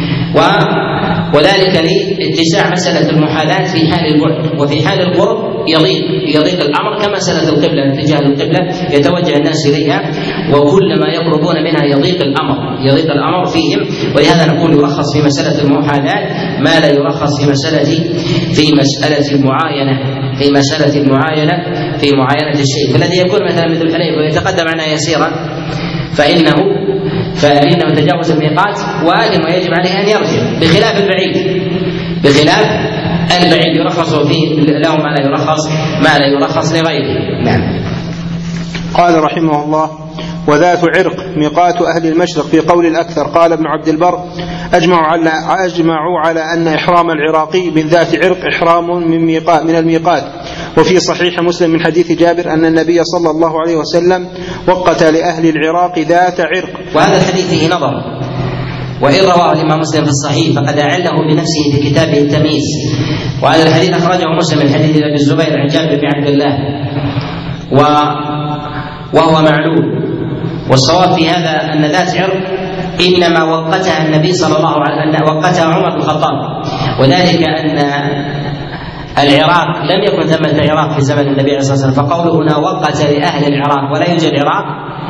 وذلك لاتساع مسألة المحاذاة في حال البعد، وفي حال القرب يضيق يضيق الأمر كمسألة القبلة، اتجاه القبلة يتوجه الناس إليها، وكلما يقربون منها يضيق الأمر يضيق الأمر فيهم. ولهذا نقول يرخص في مسألة المحاذاة ما لا يرخص في مسألة في مسألة المعاينة في مسألة المعاينة في معاينة الشيء. فالذي يكون مثلا مثل الحليب ويتقدم عنها يسيرا فإنه فإنه تجاوز الميقات وآدم ويجب عليه أن يرجع، بخلاف البعيد بخلاف البعيد يرخص فيه له ما لا يرخص ما لا يرخص لغيره. نعم. قال رحمه الله: وذات عرق ميقات أهل المشرق في قول الأكثر. قال ابن عبد البر أجمعوا على, أجمعوا على أن إحرام العراقي من ذات عرق إحرام من, ميقات من الميقات. وفي صحيح مسلم من حديث جابر أن النبي صلى الله عليه وسلم وقت لأهل العراق ذات عرق. وهذا الحديث فيه نظر، وإن رواه الإمام مسلم في الصحيح فقد أعله بنفسه في كتابه التمييز. وهذا الحديث أخرجه مسلم من حديث أبي الزبير عن جابر بن عبد الله و... وهو معلول. والصواب في هذا أن ذات عرق إنما وقتها النبي صلى الله عليه وسلم وقتها عمر بن الخطاب، وذلك أن العراق لم يكن ثمة عراق في زمن النبي عليه الصلاة والسلام، فقوله هنا وقت لأهل العراق ولا يوجد عراق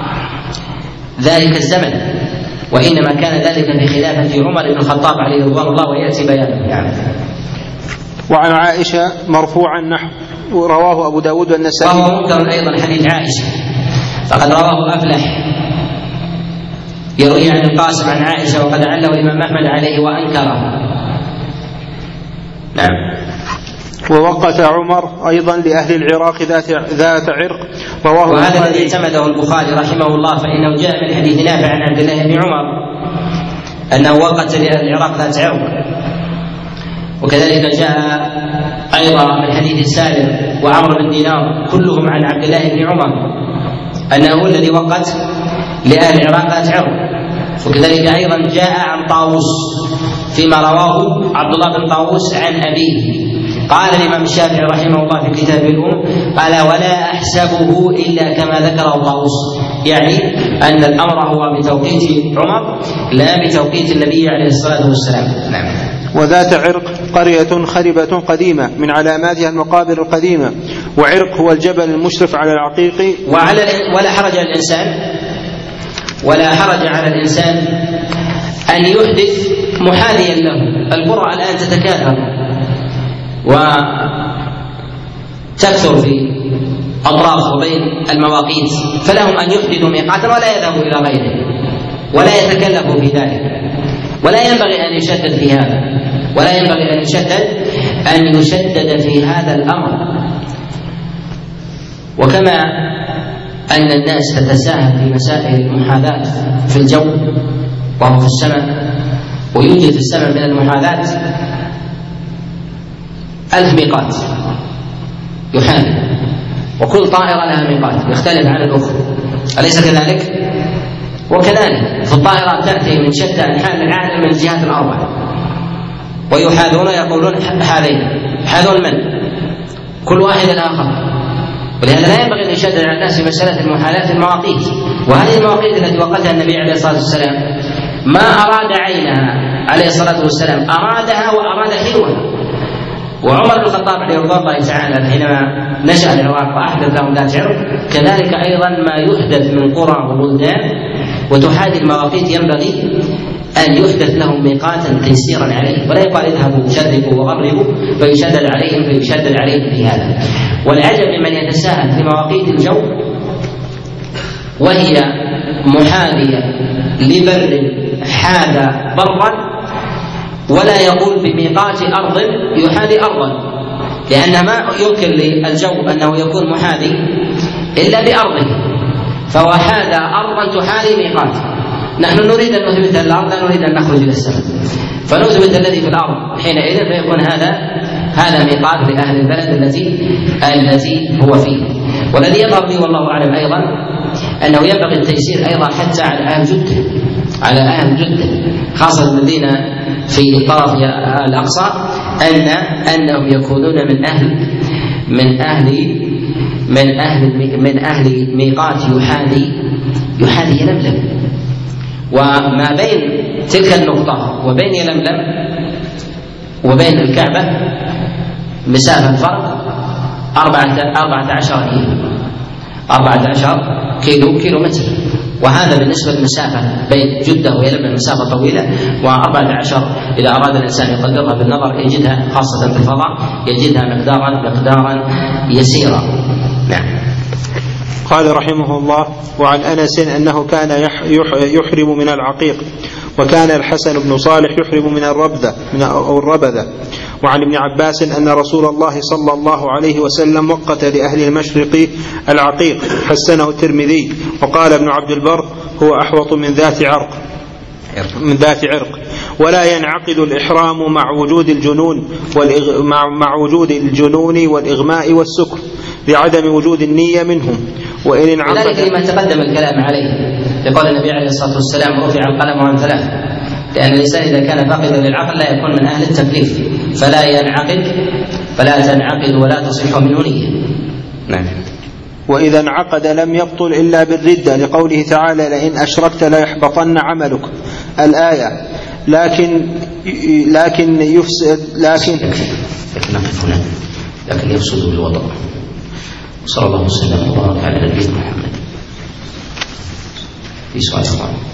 ذلك الزمن، وإنما كان ذلك في خلافة عمر بن الخطاب عليه رضوان الله، ويأتي بيانه. يعني. وعن عائشة مرفوعا نحو رواه أبو داود والنسائي. وهو منكر أيضا حديث عائشة، فقد رواه أفلح يروي عن القاسم عن عائشة وقد عله الإمام أحمد عليه وأنكره. نعم. ووقت عمر أيضا لأهل العراق ذات ذات عرق رواه. وهذا الذي اعتمده البخاري رحمه الله، فإنه جاء من حديث نافع عن عبد الله بن عمر أنه وقت لأهل العراق ذات عرق. وكذلك جاء أيضا من حديث سالم وعمر بن دينار كلهم عن عبد الله بن عمر أنه الذي وقت لأهل العراق ذات عرق. وكذلك أيضا جاء عن طاووس فيما رواه عبد الله بن طاووس عن أبيه. قال الإمام الشافعي رحمه الله في كتاب الأم قال: ولا أحسبه إلا كما ذكره طاووس، يعني أن الأمر هو بتوقيت عمر لا بتوقيت النبي عليه الصلاة والسلام. نعم. وذات عرق قرية خربة قديمة من علاماتها المقابر القديمة، وعرق هو الجبل المشرف على العقيق. وعلى ولا حرج على الإنسان ولا حرج على الإنسان أن يحدث محاذيا له. القرى الآن تتكاثر وتكثر في أطراف وبين المواقيت، فلهم أن يحدثوا ميقاتا ولا يذهبوا إلى غيره ولا يتكلفوا في ذلك، ولا ينبغي أن يشدد في هذا ولا ينبغي أن يشدد أن يشدد في هذا الأمر. وكما أن الناس تتساهل في مسائل المحاذاة في الجو وهو في السماء، ويوجد في السماء من المحاذاة ألف ميقات يحاذي، وكل طائرة لها ميقات يختلف عن الأخرى، أليس كذلك؟ وكذلك في الطائرات تأتي من شتى أنحاء العالم من الجهات الأربعة، ويحاذون يقولون حاذينا. حاذون من؟ كل واحد آخر. ولهذا لا ينبغي أن يشدد على الناس في مسألة المحاذاة المواقيت، وهذه المواقيت التي وقتها النبي عليه الصلاة والسلام ما أراد عينها عليه الصلاة والسلام، أرادها وأراد حلوها. وعمر بن الخطاب رضي الله تعالى حينما نشأ العراق وأحدث لهم ذات عرق، كذلك أيضا ما يحدث من قرى وبلدان وتحادي المواقيت ينبغي أن يحدث لهم ميقاتا تيسيرا عليه، ولا يقال اذهبوا شرقوا وغربوا فيشدد عليهم فيشدد عليهم في هذا. والعجب لمن يتساهل في مواقيت الجو وهي محاذية لبر حاذ برا، ولا يقول بميقات أرض يحاذي أرضا، لأن ما يمكن للجو أنه يكون محاذي إلا بأرضه، فهو حاذ أرضا تحاذي ميقات. نحن نريد أن نثبت الأرض، لا نريد أن نخرج إلى السماء، فنثبت الذي في الأرض حينئذ فيكون هذا هذا ميقات لأهل البلد التي التي هو فيه. والذي يظهر لي والله أعلم أيضا أنه ينبغي التيسير أيضا حتى على أهل جدة، على أهل جدة خاصة الذين في طرف الأقصى، أن أنهم يكونون من أهل من أهل من أهل من أهل ميقات يحاذي يحاذي يلملم. وما بين تلك النقطة وبين يلملم وبين الكعبة مسافة فرق أربعة أربعة عشر كيلو أربعة عشر كيلو كيلو متر، وهذا بالنسبة للمسافة بين جدة ويلملم مسافة طويلة. وأربعة عشر إذا أراد الإنسان يقدرها بالنظر يجدها خاصة في الفضاء يجدها مقدارا مقدارا يسيرا. نعم. قال رحمه الله: وعن أنس أنه كان يحرم من العقيق، وكان الحسن بن صالح يحرم من الربذة من أو الربذة. وعن ابن عباس أن رسول الله صلى الله عليه وسلم وقت لأهل المشرق العقيق، حسنه الترمذي. وقال ابن عبد البر: هو أحوط من ذات عرق من ذات عرق. ولا ينعقد الإحرام مع وجود الجنون والإغ... مع... مع وجود الجنون والإغماء والسكر لعدم وجود النية منهم. وإن انعقد ذلك لما تقدم الكلام عليه لقول النبي عليه الصلاة والسلام: رفع القلم عن ثلاث، لأن الإنسان إذا كان فاقدا للعقل لا يكون من أهل التكليف، فلا ينعقد فلا تنعقد ولا تصح منه نية. نعم. وإذا انعقد لم يبطل إلا بالردة، لقوله تعالى: لئن أشركت ليحبطن عملك، الآية. لكن لكن يفسد لكن لكن نقف هنا، لكن يفسد بالوضع. صلى الله وسلم وبارك على نبينا محمد في سؤال